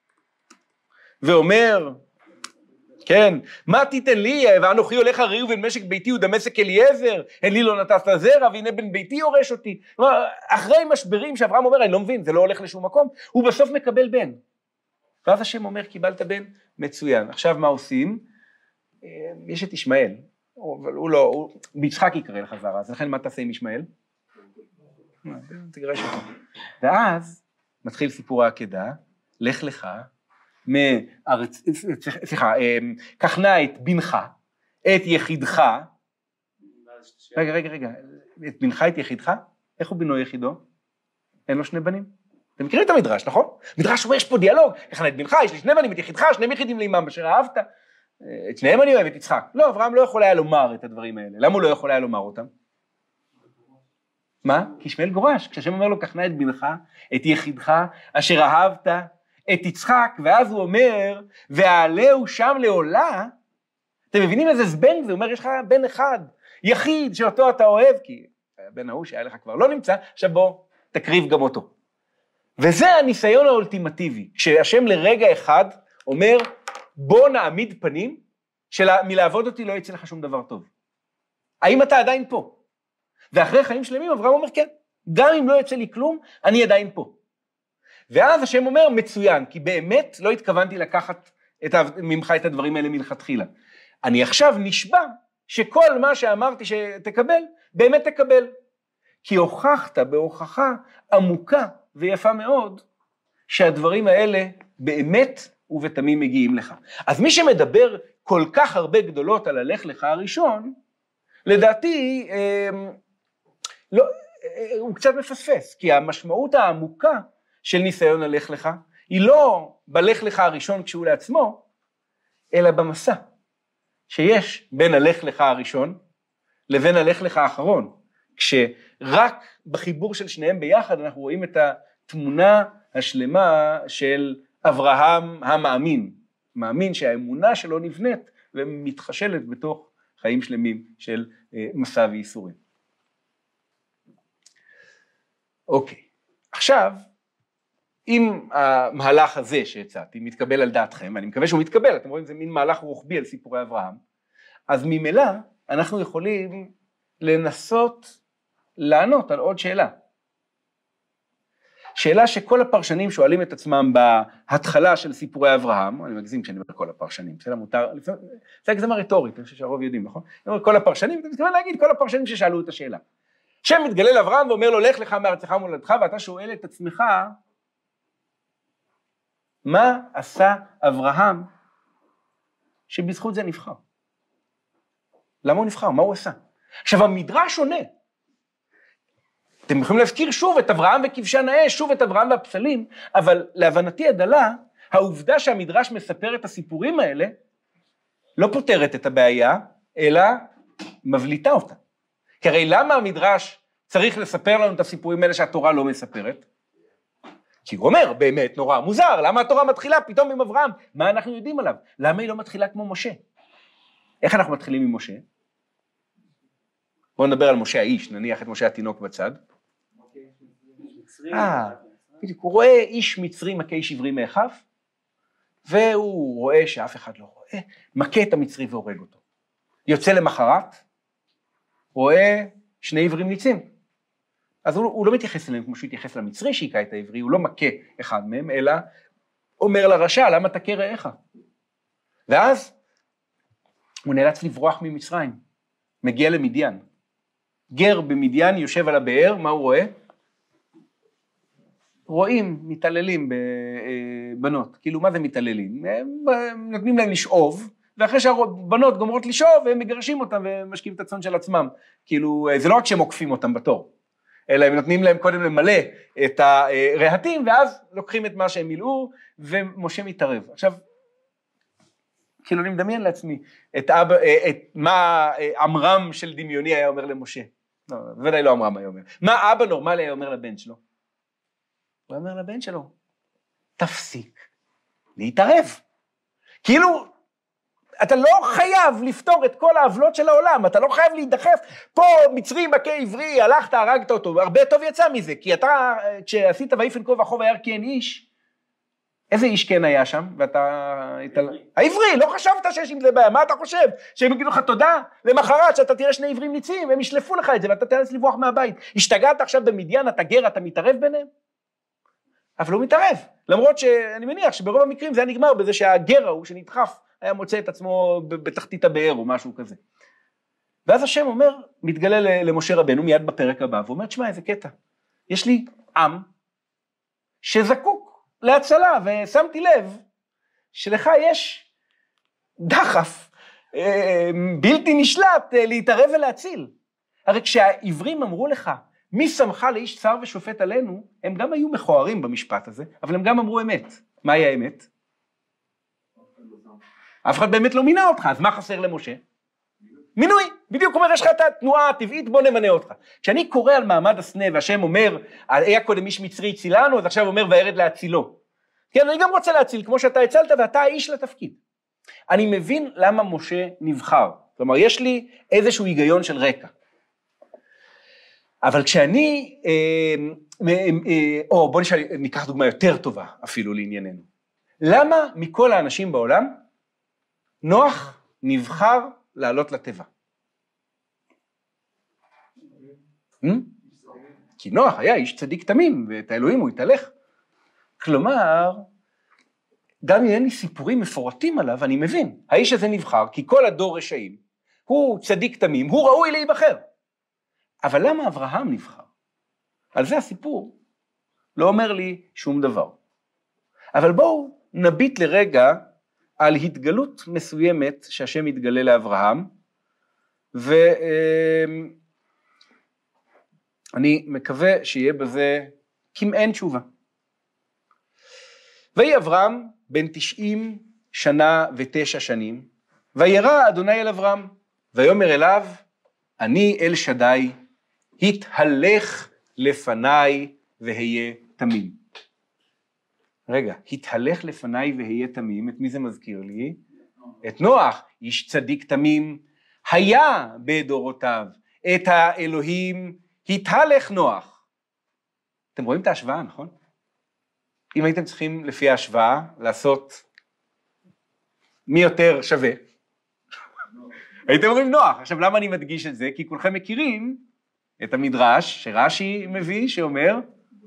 ואומר, כן, מה תיתן לי, ואנוכי הולך הרי ובן משק ביתי ודמשק אליעזר, אין לי לא נתת זרע, והנה בן ביתי יורש אותי. אחרי משברים שאברהם אומר, אני לא מבין, זה לא הולך לשום מקום, הוא בסוף מקבל בן. ואז השם אומר, קיבלת בן, מצוין. עכשיו מה עושים? יש את ישמעאל, אבל הוא לא, הוא, ביצחק יקרא לך זרע, אז לכן מה תעשה עם ישמעאל? תגרש אותו. ואז מתחיל סיפור העקדה, לך לך, מארץ, סליחה, קח נא את בנך, את יחידך, רגע, רגע, רגע, את בנך, את יחידך, איך הוא בנו יחידו? אין לו שני בנים? אתם מכירים את המדרש, נכון? מדרש אומר, יש פה דיאלוג, קח נא את בנך, יש לי שני בנים, את יחידך, שניהם יחידים לאמם, אשר אהבת, את שניהם אני אוהב, את יצחק. לא, אברהם לא יכול היה לומר את הדברים האלה, למה הוא לא יכול היה לומר אותם? מה? כי ישמעאל גורש, כשהשם אומר לו, קח נא את בנך, את יחידך, אשר אהבת, את יצחק, ואז הוא אומר, ועלהו שם לעולה, אתם מבינים איזה זבנג זה? הוא אומר, יש לך בן אחד, יחיד, שאותו אתה אוהב, כי הבן ההוא שהיה לך כבר לא נמצא, עכשיו בוא, תקריב גם אותו. וזה הניסיון האולטימטיבי, כשהשם לרגע אחד אומר, בוא נעמיד פנים, שמלעבוד אותי לא יצא לך שום דבר טוב. האם אתה עדיין פה? ואחרי חיים שלמים, אברהם אומר, כן, גם אם לא יוצא לי כלום, אני עדיין פה. ואז השם אומר, מצוין, כי באמת לא התכוונתי לקחת את, ממך את הדברים האלה מלכתחילה. אני עכשיו נשבע שכל מה שאמרתי שתקבל, באמת תקבל. כי הוכחת בהוכחה עמוקה ויפה מאוד, שהדברים האלה באמת ובתמים מגיעים לך. אז מי שמדבר כל כך הרבה גדולות על הלך לך הראשון, לדעתי, אה, לא, אה, הוא קצת מפספס, כי המשמעות העמוקה של ניסיון הלך לך, היא לא בלך לך הראשון כשהוא לעצמו, אלא במסע, שיש בין הלך לך הראשון, לבין הלך לך האחרון, כשרק בחיבור של שניהם ביחד, אנחנו רואים את התמונה השלמה של אברהם המאמין, מאמין שהאמונה שלו נבנית, ומתחשלת בתוך חיים שלמים של מסע וייסורים. אוקיי, עכשיו, אם המהלך הזה שהצעתי מתקבל על דעתכם, אני מקווה שהוא מתקבל, אתם רואים, זה מין מהלך רוחבי על סיפורי אברהם, אז ממילא אנחנו יכולים לנסות לענות על עוד שאלה. שאלה שכל הפרשנים שואלים את עצמם בהתחלה של סיפורי אברהם, אני מגזים כשאני אומר כל הפרשנים, בסדר, מותר, זה הגזמה רטורית, אני חושב שהרוב יודעים, נכון? אני אומר כל הפרשנים, אתה מתכוון להגיד כל הפרשנים ששאלו את השאלה. שם מתגלה לאברהם ואומר לו, לך לך מארצך ומולדתך, ואתה שואל את עצמך, מה עשה אברהם שבזכות זה נבחר? למה הוא נבחר? מה הוא עשה? עכשיו המדרש עונה. אתם יכולים להזכיר שוב את אברהם וכבשן האש, שוב את אברהם והפסלים, אבל להבנתי הדלה, העובדה שהמדרש מספר את הסיפורים האלה, לא פותרת את הבעיה, אלא מבליטה אותה. כי הרי למה המדרש צריך לספר לנו את הסיפורים האלה שהתורה לא מספרת? כי הוא אומר, באמת נורא מוזר, למה התורה מתחילה פתאום עם אברהם? מה אנחנו יודעים עליו? למה היא לא מתחילה כמו משה? איך אנחנו מתחילים עם משה? בואו נדבר על משה האיש, נניח את משה התינוק בצד. אה, הוא רואה איש מצרי מכה איש עברי מאחיו, והוא רואה שאף אחד לא רואה, מכה את המצרי והורג אותו. יוצא למחרת, רואה שני עברים ניצים. אז הוא, הוא לא מתייחס אליהם כמו שהוא התייחס למצרי שהיכה את העברי, הוא לא מכה אחד מהם, אלא אומר לרשע, למה תכה רעך? ואז הוא נאלץ לברוח ממצרים, מגיע למדיין. גר במדיין יושב על הבאר, מה הוא רואה? רואים, מתעללים בבנות, כאילו מה זה מתעללים? הם נותנים להם לשאוב, ואחרי שהבנות גומרות לשאוב, הם מגרשים אותם ומשקיעים את הצאן של עצמם, כאילו זה לא רק שהם עוקפים אותם בתור, אלא הם נותנים להם קודם למלא את הרהטים, ואז לוקחים את מה שהם מילאו, ומשה מתערב. עכשיו, כאילו אני מדמיין לעצמי, את, אבא, את מה אמרם של דמיוני היה אומר למשה. לא, ודאי לא אמרם היה אומר. מה אבא נורמלי היה אומר לבן שלו? הוא אומר לבן שלו, תפסיק להתערב. כאילו, אתה לא חייב לפתור את כל העוולות של העולם, אתה לא חייב להידחף, פה מצרי מכה עברי, הלכת, הרגת אותו, הרבה טוב יצא מזה, כי אתה, כשעשית ויפן כה וכה וירא כי אין איש, איזה איש כן היה שם, ואתה... העברי, לא חשבת שיש עם זה בעיה, מה אתה חושב? שהם יגידו לך תודה, למחרת שאתה תראה שני עברים ניצים, הם ישלפו לך את זה, ואתה תאלץ לברוח מהבית. השתגעת עכשיו במדיין, אתה גר, אתה מתערב ביניהם? אבל הוא מתערב, למרות שאני מניח שברוב המקרים זה היה נגמר בזה שהגר ההוא שנדחף, היה מוצא את עצמו בתחתית הבאר או משהו כזה. ואז השם אומר, מתגלה למשה רבנו מיד בפרק הבא, ואומר, תשמע, איזה קטע. יש לי עם שזקוק להצלה, ושמתי לב שלך יש דחף בלתי נשלט להתערב ולהציל. הרי כשהעברים אמרו לך, מי שמך לאיש צר ושופט עלינו, הם גם היו מכוערים במשפט הזה, אבל הם גם אמרו אמת. מהי האמת? אף אחד באמת לא מינה אותך, אז מה חסר למשה? מינוי, בדיוק אומר, יש לך את התנועה הטבעית, בוא נמנה אותך. כשאני קורא על מעמד הסנה, והשם אומר, היה קודם איש מצרי הצילנו, אז עכשיו אומר, וירד להצילו. כן, אני גם רוצה להציל, כמו שאתה הצלת, ואתה האיש לתפקיד. אני מבין למה משה נבחר. כלומר, יש לי איזשהו היגיון של רקע. אבל כשאני, או בוא ניקח דוגמה יותר טובה, אפילו לענייננו. למה מכל האנשים בעולם, נוח נבחר לעלות לטבע? כי נוח היה איש צדיק תמים, ואת האלוהים הוא התהלך. כלומר, גם אם אין לי סיפורים מפורטים עליו, אני מבין, האיש הזה נבחר, כי כל הדור רשעים, הוא צדיק תמים, הוא ראוי להיבחר. אבל למה אברהם נבחר? על זה הסיפור לא אומר לי שום דבר. אבל בואו נביט לרגע על התגלות מסוימת שהשם מתגלה לאברהם, ואני מקווה שיהיה בזה כמעין תשובה. ויהי אברהם בן תשעים שנה ותשע שנים, וירא אדוני אל אברהם, ויאמר אליו, אני אל שדי, התהלך לפניי והיה תמים. רגע, התהלך לפניי והיה תמים, את מי זה מזכיר לי? את נוח, איש צדיק תמים, היה בדורותיו, את האלוהים התהלך נוח. אתם רואים את ההשוואה, נכון? אם הייתם צריכים לפי ההשוואה לעשות מי יותר שווה, הייתם אומרים נוח. עכשיו למה אני מדגיש את זה? כי כולכם מכירים את המדרש שרש"י מביא שאומר,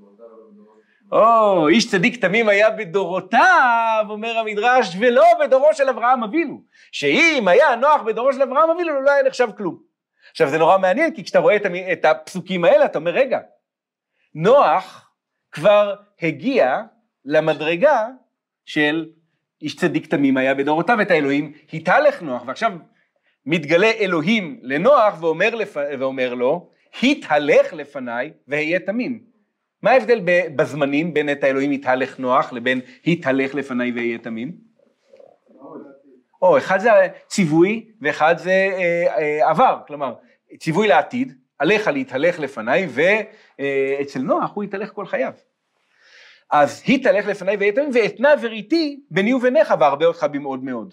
או, איש צדיק תמים היה בדורותיו, אומר המדרש, ולא בדורו של אברהם אבינו, שאם היה נוח בדורו של אברהם אבינו, לא היה נחשב כלום. עכשיו זה נורא מעניין, כי כשאתה רואה את הפסוקים האלה, אתה אומר, רגע, נוח כבר הגיע למדרגה של איש צדיק תמים היה בדורותיו, את האלוהים התהלך נוח, ועכשיו מתגלה אלוהים לנוח ואומר, לפ... ואומר לו, התהלך לפניי והיה תמים. מה ההבדל בזמנים בין את האלוהים התהלך נוח לבין התהלך לפניי והיה תמים? או, אחד זה ציווי ואחד זה אה, אה, עבר, כלומר, ציווי לעתיד, עליך להתהלך לפניי, ואצל נוח הוא התהלך כל חייו. אז התהלך לפניי והיה תמים, ואתנה וריתי ביני וביניך והרבה אותך במאוד מאוד.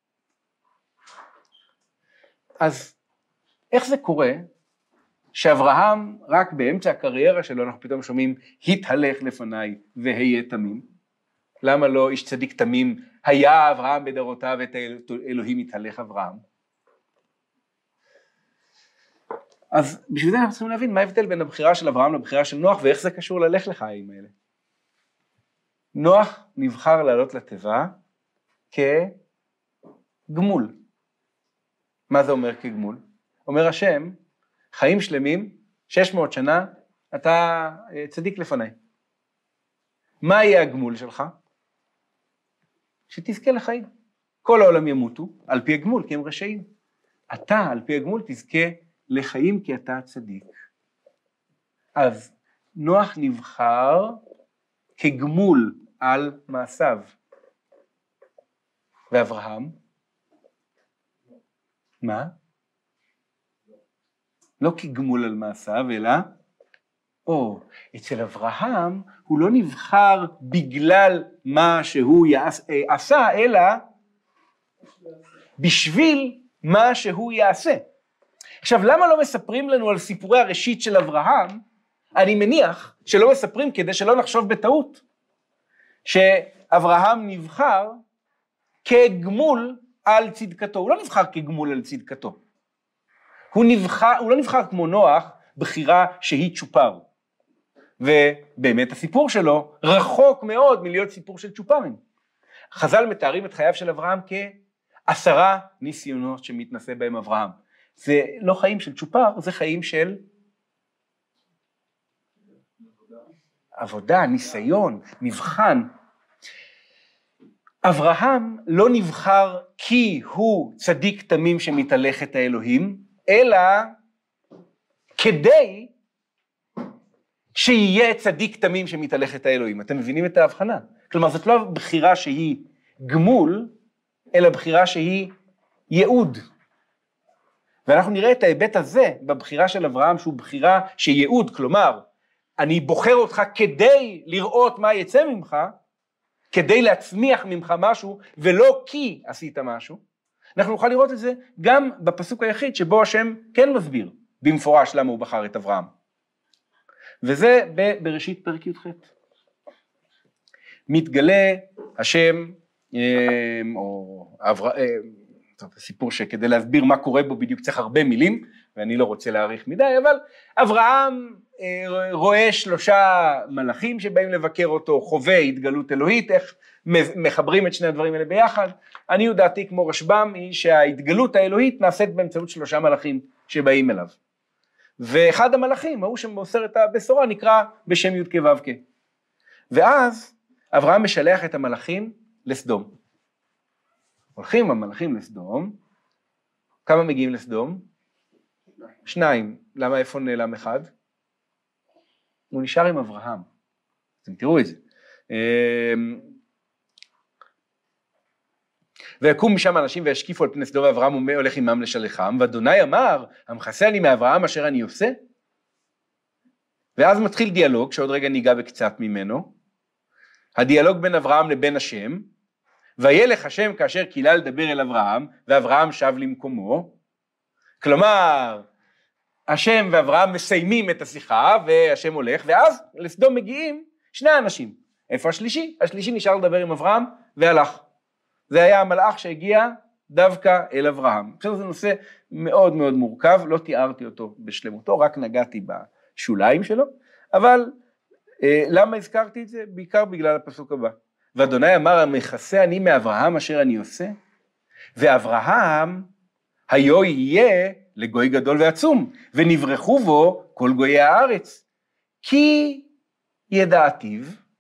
אז איך זה קורה שאברהם רק באמצע הקריירה שלו אנחנו פתאום שומעים התהלך לפניי והיה תמים? למה לא איש צדיק תמים היה אברהם בדורותיו ואת אלוהים התהלך אברהם? אז בשביל זה אנחנו צריכים להבין מה ההבדל בין הבחירה של אברהם לבחירה של נוח, ואיך זה קשור ללך לחיים האלה. נוח נבחר לעלות לתיבה כגמול. מה זה אומר כגמול? אומר השם, חיים שלמים, שש מאות שנה, אתה צדיק לפניי. מה יהיה הגמול שלך? שתזכה לחיים. כל העולם ימותו על פי הגמול, כי הם רשעים. אתה על פי הגמול תזכה לחיים כי אתה צדיק. אז נוח נבחר כגמול על מעשיו. ואברהם? מה? לא כגמול על מעשיו, אלא או, אצל אברהם הוא לא נבחר בגלל מה שהוא יעש, עשה, אלא בשביל מה שהוא יעשה. עכשיו, למה לא מספרים לנו על סיפורי הראשית של אברהם? אני מניח שלא מספרים כדי שלא נחשוב בטעות, שאברהם נבחר כגמול על צדקתו. הוא לא נבחר כגמול על צדקתו. הוא, נבחר, הוא לא נבחר כמו נוח, בחירה שהיא צ'ופר. ובאמת הסיפור שלו רחוק מאוד מלהיות סיפור של צ'ופרים. חז"ל מתארים את חייו של אברהם כעשרה ניסיונות שמתנסה בהם אברהם. זה לא חיים של צ'ופר, זה חיים של עבודה, ניסיון, מבחן. אברהם לא נבחר כי הוא צדיק תמים שמתהלך את האלוהים, אלא כדי שיהיה צדיק תמים שמתהלך את האלוהים. אתם מבינים את ההבחנה? כלומר, זאת לא בחירה שהיא גמול, אלא בחירה שהיא ייעוד. ואנחנו נראה את ההיבט הזה בבחירה של אברהם, שהוא בחירה שייעוד, כלומר, אני בוחר אותך כדי לראות מה יצא ממך, כדי להצמיח ממך משהו, ולא כי עשית משהו. אנחנו נוכל לראות את זה גם בפסוק היחיד, שבו השם כן מסביר במפורש למה הוא בחר את אברהם. וזה בראשית פרק י"ח. מתגלה השם, או טוב, סיפור שכדי להסביר מה קורה בו בדיוק צריך הרבה מילים, ואני לא רוצה להאריך מדי, אבל אברהם רואה שלושה מלאכים שבאים לבקר אותו, חווה התגלות אלוהית, איך מחברים את שני הדברים האלה ביחד. אני יודעתי כמו רשב"ם היא שההתגלות האלוהית נעשית באמצעות שלושה מלאכים שבאים אליו. ואחד המלאכים, ההוא שמוסר את הבשורה, נקרא בשם י' כ' ו' כ'. ואז אברהם משלח את המלאכים לסדום. הולכים המלאכים לסדום, כמה מגיעים לסדום? שניים. למה איפה נעלם אחד? הוא נשאר עם אברהם. אתם תראו את זה. ויקום משם אנשים וישקיפו על פני סדום, ואברהם הולך עמם לשלחם, ואדוני אמר, המחסה אני מאברהם אשר אני עושה? ואז מתחיל דיאלוג, שעוד רגע ניגע בקצת ממנו, הדיאלוג בין אברהם לבין השם, וילך השם כאשר קילה לדבר אל אברהם, ואברהם שב למקומו. כלומר, השם ואברהם מסיימים את השיחה, והשם הולך, ואז לסדום מגיעים שני אנשים. איפה השלישי? השלישי נשאר לדבר עם אברהם, והלך. זה היה המלאך שהגיע דווקא אל אברהם. עכשיו זה נושא מאוד מאוד מורכב, לא תיארתי אותו בשלמותו, רק נגעתי בשוליים שלו, אבל אה, למה הזכרתי את זה? בעיקר בגלל הפסוק הבא. ואדוני אמר, המחסה אני מאברהם אשר אני עושה, ואברהם היו יהיה לגוי גדול ועצום, ונברחו בו כל גויי הארץ, כי ידעתיו.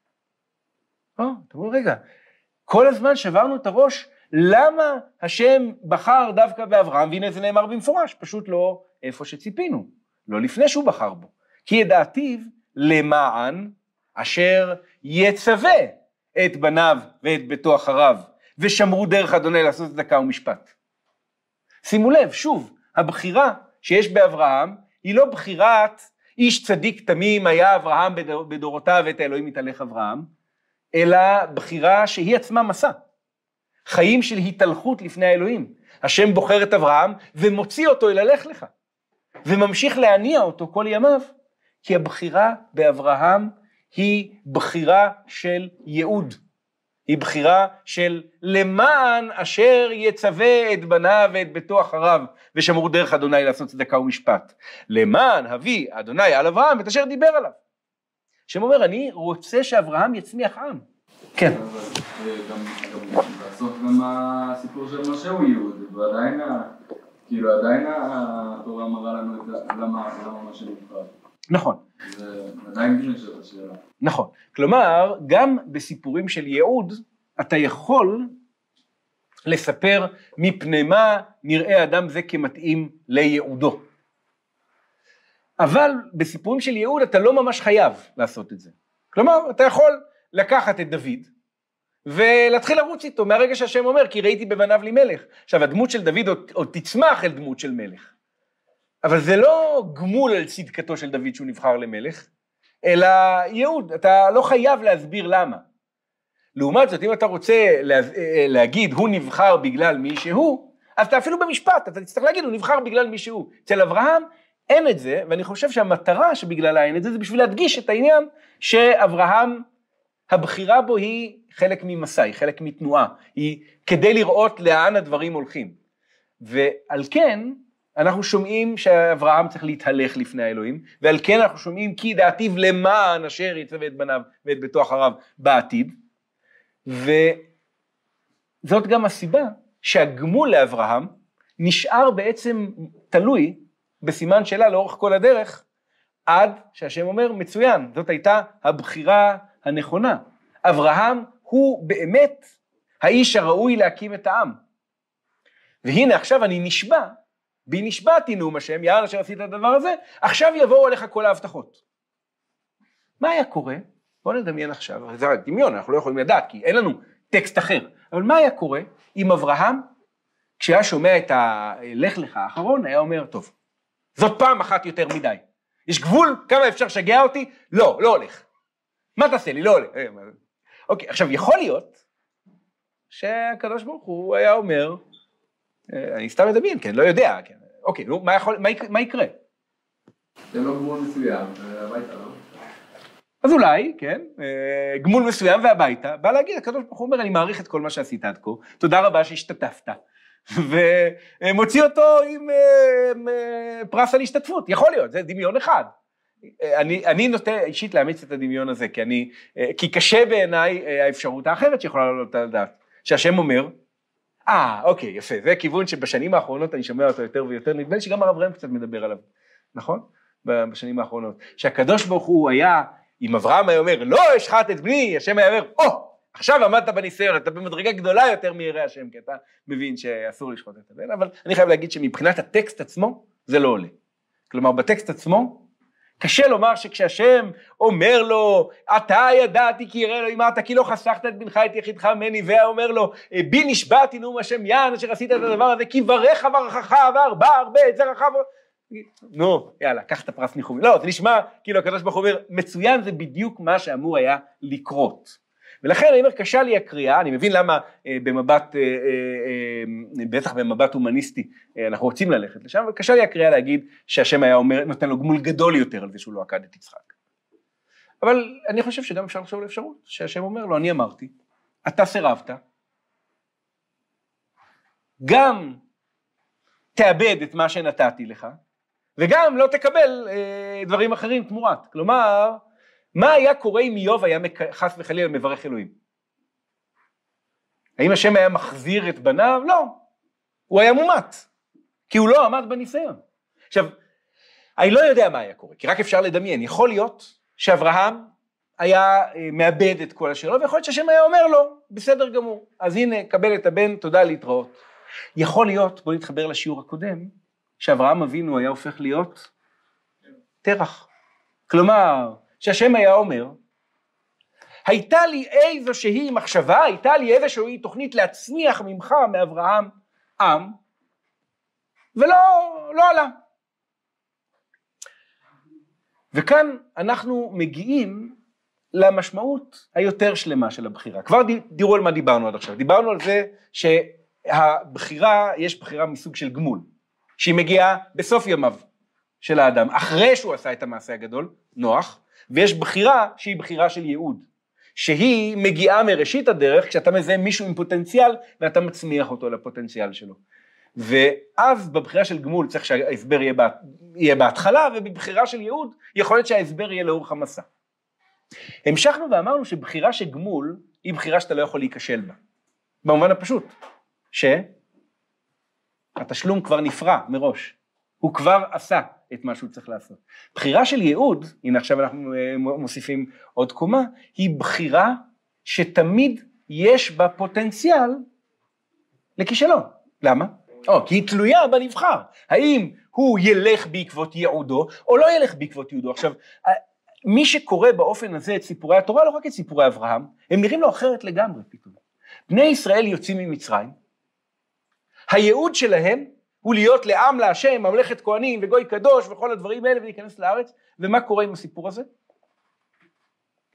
או, תראו רגע, כל הזמן שברנו את הראש, למה השם בחר דווקא באברהם, והנה זה נאמר במפורש, פשוט לא איפה שציפינו, לא לפני שהוא בחר בו, כי ידעתיו למען אשר יצווה את בניו ואת ביתו אחריו, ושמרו דרך אדוני לעשות צדקה ומשפט. שימו לב, שוב, הבחירה שיש באברהם, היא לא בחירת איש צדיק תמים היה אברהם בדורותיו ואת האלוהים מתהלך אברהם, אלא בחירה שהיא עצמה מסע. חיים של התהלכות לפני האלוהים. השם בוחר את אברהם ומוציא אותו אל הלך לך, וממשיך להניע אותו כל ימיו, כי הבחירה באברהם היא בחירה של ייעוד. היא בחירה של למען אשר יצווה את בניו ואת ביתו אחריו, ושמרו דרך אדוני לעשות צדקה ומשפט. למען הביא אדוני על אברהם את אשר דיבר עליו. שם אומר, אני רוצה שאברהם יצמיח עם. כן. גם לעשות גם הסיפור של משה הוא ייעוד, ועדיין, כאילו עדיין התורה מראה לנו למה משה נבחר. נכון. זה עדיין כאילו של השאלה. נכון. כלומר, גם בסיפורים של ייעוד, אתה יכול לספר מפני מה נראה אדם זה כמתאים לייעודו. אבל בסיפורים של ייעוד אתה לא ממש חייב לעשות את זה. כלומר, אתה יכול לקחת את דוד, ולהתחיל לרוץ איתו מהרגע שהשם אומר, כי ראיתי בבניו לי מלך. עכשיו, הדמות של דוד עוד, עוד תצמח אל דמות של מלך. אבל זה לא גמול על צדקתו של דוד שהוא נבחר למלך, אלא ייעוד, אתה לא חייב להסביר למה. לעומת זאת, אם אתה רוצה להגיד, הוא נבחר בגלל מי שהוא, אז אתה אפילו במשפט, אתה תצטרך להגיד, הוא נבחר בגלל מי שהוא. אצל אברהם אין את זה, ואני חושב שהמטרה שבגללה אין את זה, זה בשביל להדגיש את העניין שאברהם, הבחירה בו היא חלק ממסע, היא חלק מתנועה, היא כדי לראות לאן הדברים הולכים. ועל כן, אנחנו שומעים שאברהם צריך להתהלך לפני האלוהים, ועל כן אנחנו שומעים כי דעתיו למען אשר יצווה את בניו ואת ביתו אחריו בעתיד, וזאת גם הסיבה שהגמול לאברהם נשאר בעצם תלוי בסימן שלה לאורך כל הדרך, עד שהשם אומר מצוין, זאת הייתה הבחירה הנכונה. אברהם הוא באמת האיש הראוי להקים את העם. והנה עכשיו אני נשבע, בי נשבעתי נאום השם, יען אשר עשית את הדבר הזה, עכשיו יבואו עליך כל ההבטחות. מה היה קורה? בואו נדמיין עכשיו, זה דמיון, אנחנו לא יכולים לדעת, כי אין לנו טקסט אחר, אבל מה היה קורה אם אברהם, כשהיה שומע את הלך לך האחרון, היה אומר, טוב, זאת פעם אחת יותר מדי, יש גבול, כמה אפשר שגע אותי? לא, לא הולך. מה תעשה לי? לא הולך. אוקיי, עכשיו יכול להיות, שהקדוש ברוך הוא היה אומר, אני סתם מדמיין, כן, לא יודע, כן. אוקיי, נו, מה, יכול, מה, יקרה, מה יקרה? זה לא גמול מסוים, הביתה, לא? אז אולי, כן, גמול מסוים והביתה, בא להגיד, הקדוש ברוך הוא אומר, אני מעריך את כל מה שעשית עד כה, תודה רבה שהשתתפת, ומוציא אותו עם פרס על השתתפות, יכול להיות, זה דמיון אחד. אני, אני נוטה אישית להמיץ את הדמיון הזה, כי, אני, כי קשה בעיניי האפשרות האחרת שיכולה לעלות על הדעת, שהשם אומר, אה, אוקיי, יפה, זה כיוון שבשנים האחרונות אני שומע אותו יותר ויותר, נדמה לי שגם הרב ראם קצת מדבר עליו, נכון? בשנים האחרונות, שהקדוש ברוך הוא היה, אם אברהם היה אומר, לא השחט את בני, השם היה אומר, או, עכשיו עמדת בניסיון, אתה במדרגה גדולה יותר מירא השם, כי אתה מבין שאסור לשחוט את הבן, אבל אני חייב להגיד שמבחינת הטקסט עצמו, זה לא עולה. כלומר, בטקסט עצמו, קשה לומר שכשהשם אומר לו, אתה ידעתי כי ירא אלוהים אתה, כי לא חסכת את בנך את יחידך ממני, ואומר לו, בי נשבעתי נאום השם יען אשר עשית את הדבר הזה, כי ברך ברכך והרבה הרבה את זרעך. נו, יאללה, קח את הפרס ניחומי. לא, זה נשמע כאילו הקדוש ברוך הוא אומר, מצוין, זה בדיוק מה שאמור היה לקרות. ולכן אני אומר, קשה לי הקריאה, אני מבין למה אה, במבט, אה, אה, אה, בטח במבט הומניסטי, אה, אנחנו רוצים ללכת לשם, אבל קשה לי הקריאה להגיד שהשם היה אומר, נותן לו גמול גדול יותר על זה שהוא לא עקד את יצחק. אבל אני חושב שגם אפשר לחשוב לאפשרות, שהשם אומר לו, אני אמרתי, אתה סירבת, גם תאבד את מה שנתתי לך, וגם לא תקבל אה, דברים אחרים תמורת. כלומר, מה היה קורה אם איוב היה חס וחלילה מברך אלוהים? האם השם היה מחזיר את בניו? לא. הוא היה מומת, כי הוא לא עמד בניסיון. עכשיו, אני לא יודע מה היה קורה, כי רק אפשר לדמיין. יכול להיות שאברהם היה מאבד את כל השאלות, ויכול להיות שהשם היה אומר לו, בסדר גמור, אז הנה, קבל את הבן, תודה להתראות. יכול להיות, בוא נתחבר לשיעור הקודם, שאברהם אבינו היה הופך להיות תרח. כלומר, שהשם היה אומר, הייתה לי איזושהי מחשבה, הייתה לי איזושהי תוכנית להצמיח ממך, מאברהם, עם, ולא לא עלה. וכאן אנחנו מגיעים למשמעות היותר שלמה של הבחירה. כבר דירו על מה דיברנו עד עכשיו. דיברנו על זה שהבחירה, יש בחירה מסוג של גמול, שהיא מגיעה בסוף ימיו של האדם, אחרי שהוא עשה את המעשה הגדול, נוח, ויש בחירה שהיא בחירה של ייעוד, שהיא מגיעה מראשית הדרך, כשאתה מזהה מישהו עם פוטנציאל, ואתה מצמיח אותו לפוטנציאל שלו. ואז בבחירה של גמול צריך שההסבר יהיה, בה, יהיה בהתחלה, ובבחירה של ייעוד יכול להיות שההסבר יהיה לאורך המסע. המשכנו ואמרנו שבחירה של גמול, היא בחירה שאתה לא יכול להיכשל בה. במובן הפשוט, שהתשלום כבר נפרע מראש, הוא כבר עשה את מה שהוא צריך לעשות. בחירה של ייעוד, הנה עכשיו אנחנו מוסיפים עוד קומה, היא בחירה שתמיד יש בה פוטנציאל לכישלון. למה? או, כי היא תלויה בנבחר. האם הוא ילך בעקבות ייעודו, או לא ילך בעקבות ייעודו. עכשיו, מי שקורא באופן הזה את סיפורי התורה, לא רק את סיפורי אברהם, הם נראים לו אחרת לגמרי פתאום. בני ישראל יוצאים ממצרים, הייעוד שלהם הוא להיות לעם להשם, ממלכת כהנים וגוי קדוש וכל הדברים האלה, ולהיכנס לארץ, ומה קורה עם הסיפור הזה?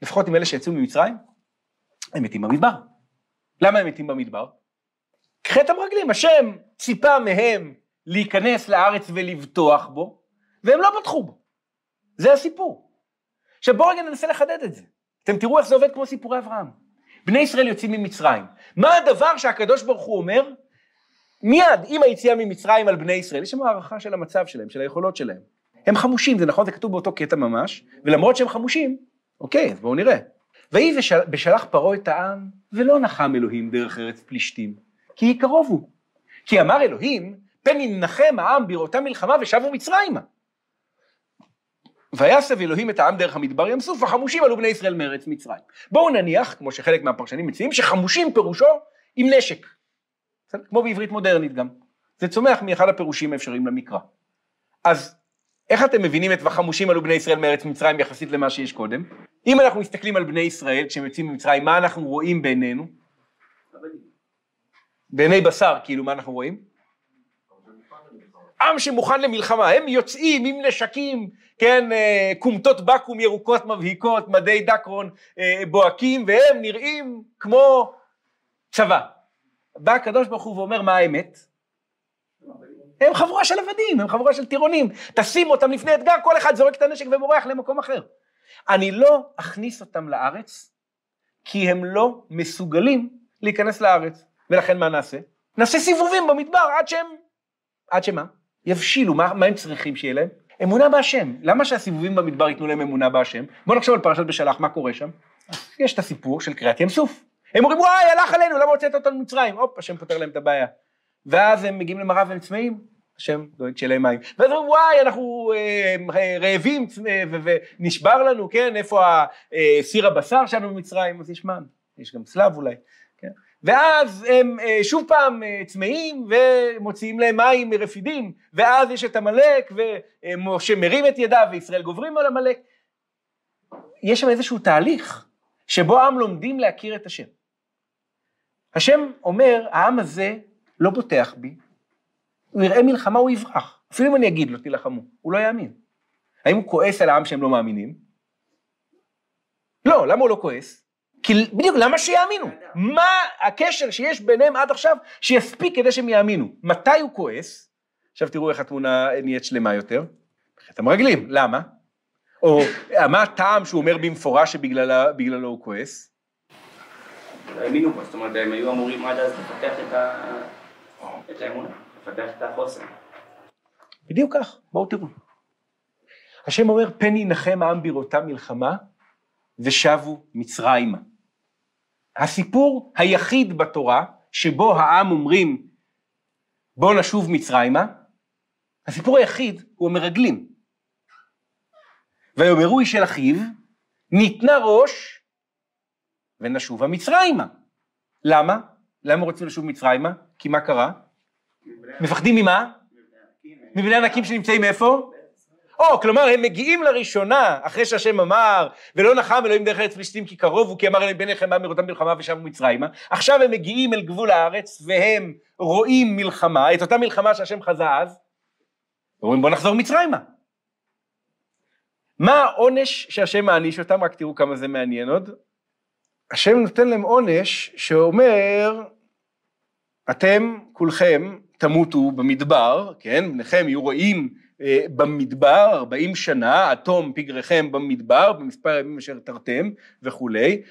לפחות עם אלה שיצאו ממצרים, הם מתים במדבר. למה הם מתים במדבר? חטא המרגלים, השם ציפה מהם להיכנס לארץ ולבטוח בו, והם לא בטחו בו. זה הסיפור. עכשיו בואו רגע ננסה לחדד את זה. אתם תראו איך זה עובד כמו סיפורי אברהם. בני ישראל יוצאים ממצרים. מה הדבר שהקדוש ברוך הוא אומר? מיד עם היציאה ממצרים על בני ישראל, יש שם הערכה של המצב שלהם, של היכולות שלהם. הם חמושים, זה נכון, זה כתוב באותו קטע ממש, ולמרות שהם חמושים, אוקיי, אז בואו נראה. ויהי בשלח פרעה את העם, ולא נחם אלוהים דרך ארץ פלישתים, כי היא קרוב הוא. כי אמר אלוהים, פן ינחם העם בראותם מלחמה ושבו מצרימה. ויסב אלוהים את העם דרך המדבר ים סוף, וחמושים עלו בני ישראל מארץ מצרים. בואו נניח, כמו שחלק מהפרשנים מציעים, שחמושים פירושו עם נשק. כמו בעברית מודרנית גם. זה צומח מאחד הפירושים האפשריים למקרא. אז איך אתם מבינים את וחמושים עלו בני ישראל מארץ מצרים יחסית למה שיש קודם? אם אנחנו מסתכלים על בני ישראל כשהם יוצאים ממצרים, מה אנחנו רואים בעינינו? בעיני בשר, כאילו, מה אנחנו רואים? עם שמוכן למלחמה, הם יוצאים עם נשקים, כן, קומטות בקום ירוקות מבהיקות, מדי דקרון בוהקים, והם נראים כמו צבא. בא הקדוש ברוך הוא ואומר מה האמת? הם חבורה של עבדים, הם חבורה של טירונים, תשים אותם לפני אתגר, כל אחד זורק את הנשק ומורח למקום אחר. אני לא אכניס אותם לארץ, כי הם לא מסוגלים להיכנס לארץ, ולכן מה נעשה? נעשה סיבובים במדבר עד שהם, עד שמה? יבשילו, מה, מה הם צריכים שיהיה להם? אמונה בהשם. למה שהסיבובים במדבר ייתנו להם אמונה בהשם? בואו נחשוב על פרשת בשלח, מה קורה שם? יש את הסיפור של קריאת ים סוף. הם אומרים, וואי, הלך עלינו, למה הוצאת אותנו מצרים? הופ, השם פותר להם את הבעיה. ואז הם מגיעים למראה והם צמאים, השם דואג שיהיה להם מים. ואז אומרים, וואי, אנחנו אה, רעבים אה, ונשבר לנו, כן? איפה סיר הבשר שלנו במצרים? אז יש מן, יש גם צלב אולי, כן? ואז הם אה, שוב פעם אה, צמאים ומוציאים להם מים מרפידים, ואז יש את המלאק ומשה מרים את ידיו וישראל גוברים על המלאק. יש שם איזשהו תהליך שבו העם לומדים להכיר את השם. השם אומר, העם הזה לא בוטח בי, הוא יראה מלחמה, הוא יברח. אפילו אם אני אגיד לו, תלחמו, הוא לא יאמין. האם הוא כועס על העם שהם לא מאמינים? לא, למה הוא לא כועס? כי בדיוק, למה שיאמינו? מה הקשר שיש ביניהם עד עכשיו שיספיק כדי שהם יאמינו? מתי הוא כועס? עכשיו תראו איך התמונה נהיית שלמה יותר. בחטא המרגלים, למה? או מה הטעם שהוא אומר במפורש שבגללו הוא כועס? לא האמינו פה, זאת אומרת, הם היו אמורים עד אז לפתח את האמונה, לפתח את החוסן. בדיוק כך, בואו תראו. השם אומר, פן ינחם העם בראותם מלחמה, ושבו מצרימה. הסיפור היחיד בתורה, שבו העם אומרים, בוא נשוב מצרימה, הסיפור היחיד הוא המרגלים. ויאמרו איש אל אחיו, ניתנה ראש, ונשובה מצרימה. למה? למה רוצים לשוב מצרימה? כי מה קרה? מפחדים ממה? מבני ענקים שנמצאים איפה? או, כלומר, הם מגיעים לראשונה, אחרי שהשם אמר, ולא נחם אלוהים דרך ארץ פלישתים כי קרוב הוא, כי אמר אלוהים בניכם מה מראותם מלחמה ושבו מצרימה. עכשיו הם מגיעים אל גבול הארץ, והם רואים מלחמה, את אותה מלחמה שהשם חזה אז, ואומרים בוא נחזור מצרימה. מה העונש שהשם מעניש אותם? רק תראו כמה זה מעניין עוד. השם נותן להם עונש שאומר, אתם כולכם תמותו במדבר, כן? בניכם יהיו רואים אה, במדבר ארבעים שנה, עתום פגריכם במדבר, במספר ימים אשר תרתם וכולי,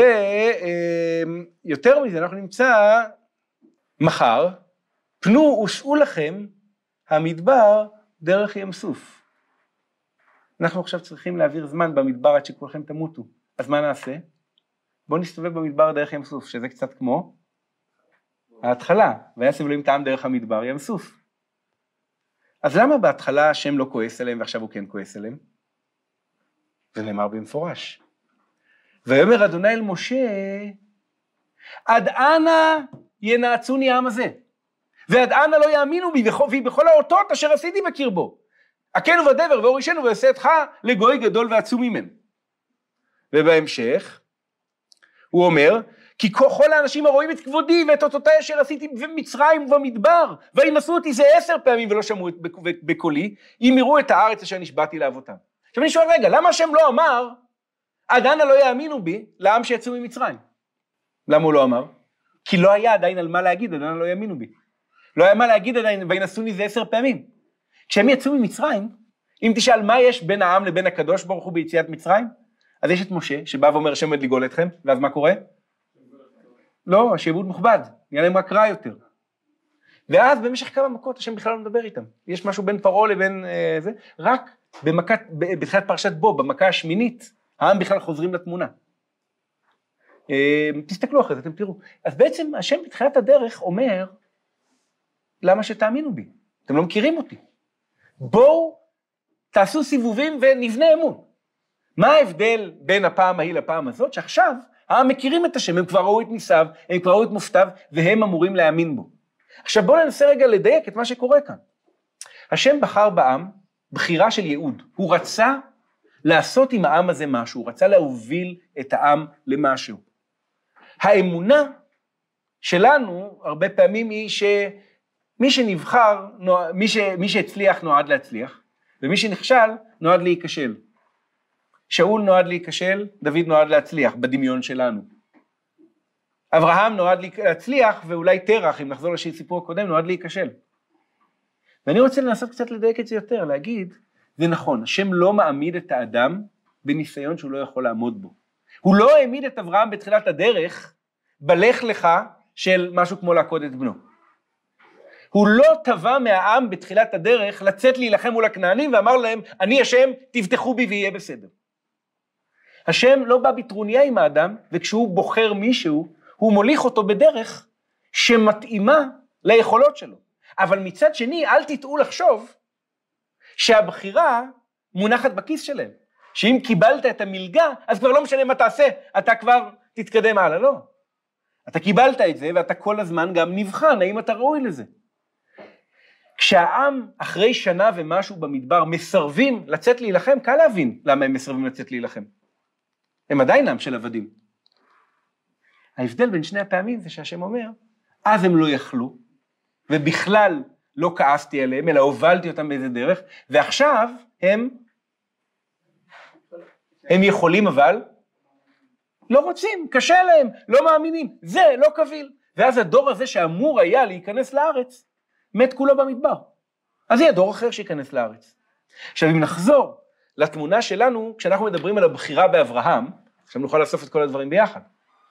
ויותר אה, מזה אנחנו נמצא מחר, פנו וסעו לכם המדבר דרך ים סוף. אנחנו עכשיו צריכים להעביר זמן במדבר עד שכולכם תמותו, אז מה נעשה? בואו נסתובב במדבר דרך ים סוף, שזה קצת כמו ההתחלה, ויסב אלוהים את העם דרך המדבר ים סוף. אז למה בהתחלה השם לא כועס עליהם ועכשיו הוא כן כועס עליהם? זה נאמר במפורש. ויאמר אדוני אל משה, עד אנה ינעצוני העם הזה, ועד אנה לא יאמינו בי, והיא בכל האותות אשר עשיתי בקרבו. הכנו ודבר והורישנו ועשה אתך לגוי גדול ועצום ממנו. ובהמשך הוא אומר, כי כל האנשים הרואים את כבודי ואת אותותי אשר עשיתי במצרים ובמדבר, וינשאו אותי זה עשר פעמים ולא שמעו בקולי, אם יראו את הארץ אשר נשבעתי לאבותם. עכשיו אני שואל רגע, למה השם לא אמר, עד אנה לא יאמינו בי לעם שיצאו ממצרים. למה הוא לא אמר? כי לא היה עדיין על מה להגיד, עד אנה לא יאמינו בי. לא היה מה להגיד עדיין, וינסוני זה עשר פעמים. כשהם יצאו ממצרים, אם תשאל מה יש בין העם לבין הקדוש ברוך הוא ביציאת מצרים, אז יש את משה, שבא ואומר השם עומד לגאול אתכם, ואז מה קורה? לא, השעבוד מוכבד, נהיה להם רק רע יותר. ואז במשך כמה מכות השם בכלל לא מדבר איתם. יש משהו בין פרעה לבין אה, זה, רק במכת, בתחילת פרשת בו, במכה השמינית, העם בכלל חוזרים לתמונה. אה, תסתכלו אחרי זה, אתם תראו. אז בעצם השם בתחילת הדרך אומר, למה שתאמינו בי? אתם לא מכירים אותי. בואו תעשו סיבובים ונבנה אמון. מה ההבדל בין הפעם ההיא לפעם הזאת? שעכשיו העם מכירים את השם, הם כבר ראו את ניסיו, הם כבר ראו את מופתיו, והם אמורים להאמין בו. עכשיו בואו ננסה רגע לדייק את מה שקורה כאן. השם בחר בעם בחירה של ייעוד. הוא רצה לעשות עם העם הזה משהו, הוא רצה להוביל את העם למשהו. האמונה שלנו הרבה פעמים היא שמי שנבחר, מי, ש, מי שהצליח נועד להצליח, ומי שנכשל נועד להיכשל. שאול נועד להיכשל, דוד נועד להצליח בדמיון שלנו. אברהם נועד להצליח, ואולי תרח, אם נחזור לסיפור הקודם, נועד להיכשל. ואני רוצה לנסות קצת לדייק את זה יותר, להגיד, זה נכון, השם לא מעמיד את האדם בניסיון שהוא לא יכול לעמוד בו. הוא לא העמיד את אברהם בתחילת הדרך, בלך לך של משהו כמו לעקוד את בנו. הוא לא טבע מהעם בתחילת הדרך לצאת להילחם מול הכנענים, ואמר להם, אני השם, תבטחו בי ויהיה בסדר. השם לא בא בטרוניה עם האדם, וכשהוא בוחר מישהו, הוא מוליך אותו בדרך שמתאימה ליכולות שלו. אבל מצד שני, אל תטעו לחשוב שהבחירה מונחת בכיס שלהם. שאם קיבלת את המלגה, אז כבר לא משנה מה תעשה, אתה כבר תתקדם הלאה, לא. אתה קיבלת את זה, ואתה כל הזמן גם נבחן, האם אתה ראוי לזה. כשהעם אחרי שנה ומשהו במדבר מסרבים לצאת להילחם, קל להבין למה הם מסרבים לצאת להילחם. הם עדיין עם של עבדים. ההבדל בין שני הפעמים זה שהשם אומר, אז הם לא יכלו, ובכלל לא כעסתי עליהם, אלא הובלתי אותם באיזה דרך, ועכשיו הם, הם יכולים אבל, לא רוצים, קשה להם, לא מאמינים, זה לא קביל. ואז הדור הזה שאמור היה להיכנס לארץ, מת כולו במדבר. אז יהיה דור אחר שיכנס לארץ. עכשיו אם נחזור לתמונה שלנו, כשאנחנו מדברים על הבחירה באברהם, עכשיו נוכל לאסוף את כל הדברים ביחד.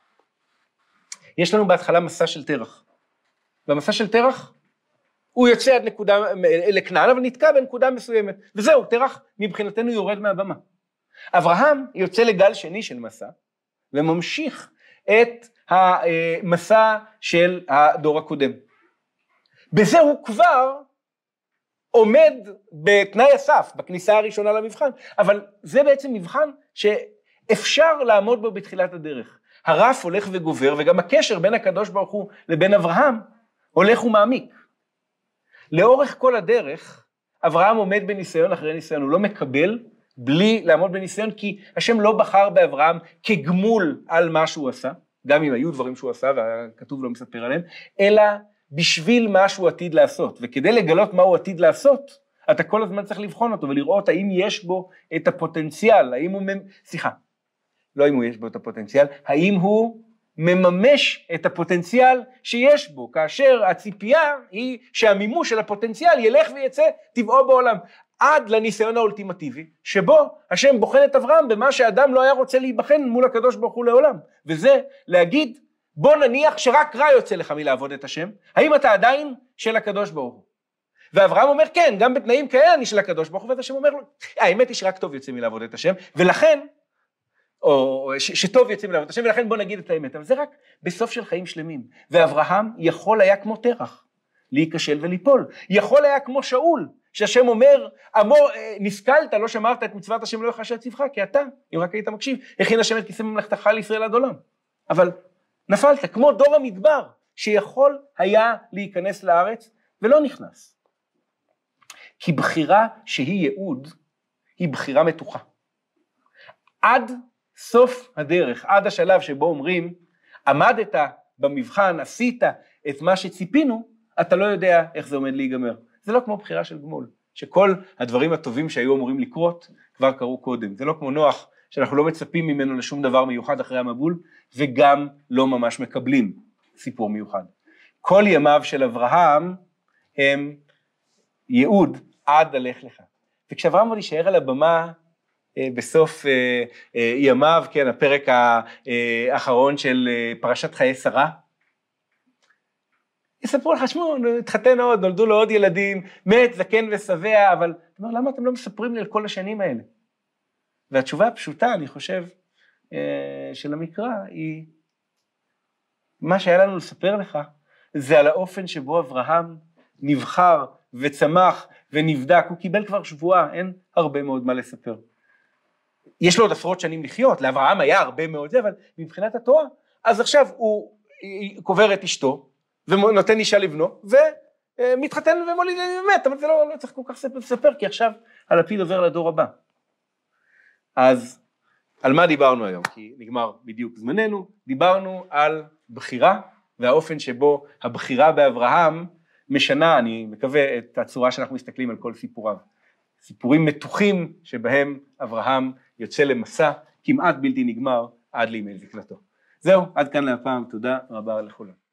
יש לנו בהתחלה מסע של תרח. והמסע של תרח, הוא יוצא עד נקודה, לכנען, אבל נתקע בנקודה מסוימת. וזהו, תרח מבחינתנו יורד מהבמה. אברהם יוצא לגל שני של מסע, וממשיך את המסע של הדור הקודם. בזה הוא כבר עומד בתנאי הסף, בכניסה הראשונה למבחן, אבל זה בעצם מבחן שאפשר לעמוד בו בתחילת הדרך. הרף הולך וגובר, וגם הקשר בין הקדוש ברוך הוא לבין אברהם הולך ומעמיק. לאורך כל הדרך, אברהם עומד בניסיון אחרי ניסיון, הוא לא מקבל בלי לעמוד בניסיון, כי השם לא בחר באברהם כגמול על מה שהוא עשה, גם אם היו דברים שהוא עשה, והכתוב לא מספר עליהם, אלא בשביל מה שהוא עתיד לעשות, וכדי לגלות מה הוא עתיד לעשות, אתה כל הזמן צריך לבחון אותו, ולראות האם יש בו את הפוטנציאל, האם הוא, סליחה, לא אם הוא יש בו את הפוטנציאל, האם הוא מממש את הפוטנציאל שיש בו, כאשר הציפייה היא שהמימוש של הפוטנציאל ילך ויצא טבעו בעולם, עד לניסיון האולטימטיבי, שבו השם בוחן את אברהם במה שאדם לא היה רוצה להיבחן מול הקדוש ברוך הוא לעולם, וזה להגיד, בוא נניח שרק רע יוצא לך מלעבוד את השם, האם אתה עדיין של הקדוש ברוך הוא? ואברהם אומר כן, גם בתנאים כאלה אני של הקדוש ברוך הוא, ואז השם אומר לו, האמת היא שרק טוב יוצא מלעבוד את השם, ולכן, או ש, שטוב יוצא מלעבוד את השם, ולכן בוא נגיד את האמת, אבל זה רק בסוף של חיים שלמים, ואברהם יכול היה כמו תרח, להיכשל וליפול, יכול היה כמו שאול, שהשם אומר, אמור, נשכלת, לא שמרת את מצוות השם לא יחש להציבך, כי אתה, אם רק היית מקשיב, הכין השם את כיסא ממלכתך לישראל עד עולם, אבל נפלת כמו דור המדבר, שיכול היה להיכנס לארץ, ולא נכנס. כי בחירה שהיא ייעוד, היא בחירה מתוחה. עד סוף הדרך, עד השלב שבו אומרים, עמדת במבחן, עשית את מה שציפינו, אתה לא יודע איך זה עומד להיגמר. זה לא כמו בחירה של גמול, שכל הדברים הטובים שהיו אמורים לקרות, כבר קרו קודם. זה לא כמו נוח שאנחנו לא מצפים ממנו לשום דבר מיוחד אחרי המבול, וגם לא ממש מקבלים סיפור מיוחד. כל ימיו של אברהם הם ייעוד עד הלך לך. וכשאברהם עוד יישאר על הבמה בסוף ימיו, כן, הפרק האחרון של פרשת חיי שרה, יספרו לך, שמו, התחתן עוד, נולדו לו עוד ילדים, מת, זקן ושבע, אבל אתה אומר, למה אתם לא מספרים לי על כל השנים האלה? והתשובה הפשוטה, אני חושב, של המקרא, היא, מה שהיה לנו לספר לך, זה על האופן שבו אברהם נבחר וצמח ונבדק, הוא קיבל כבר שבועה, אין הרבה מאוד מה לספר. יש לו עוד עשרות שנים לחיות, לאברהם היה הרבה מאוד זה, אבל מבחינת התורה, אז עכשיו הוא קובר את אשתו, ונותן אישה לבנו, ומתחתן ומוליד באמת, אבל זה לא, לא צריך כל כך לספר, כי עכשיו הלפיד עובר לדור הבא. אז על מה דיברנו היום? כי נגמר בדיוק זמננו, דיברנו על בחירה, והאופן שבו הבחירה באברהם משנה, אני מקווה, את הצורה שאנחנו מסתכלים על כל סיפוריו. סיפורים מתוחים שבהם אברהם יוצא למסע כמעט בלתי נגמר עד לימי זקנתו. זהו, עד כאן להפעם, תודה רבה לכולם.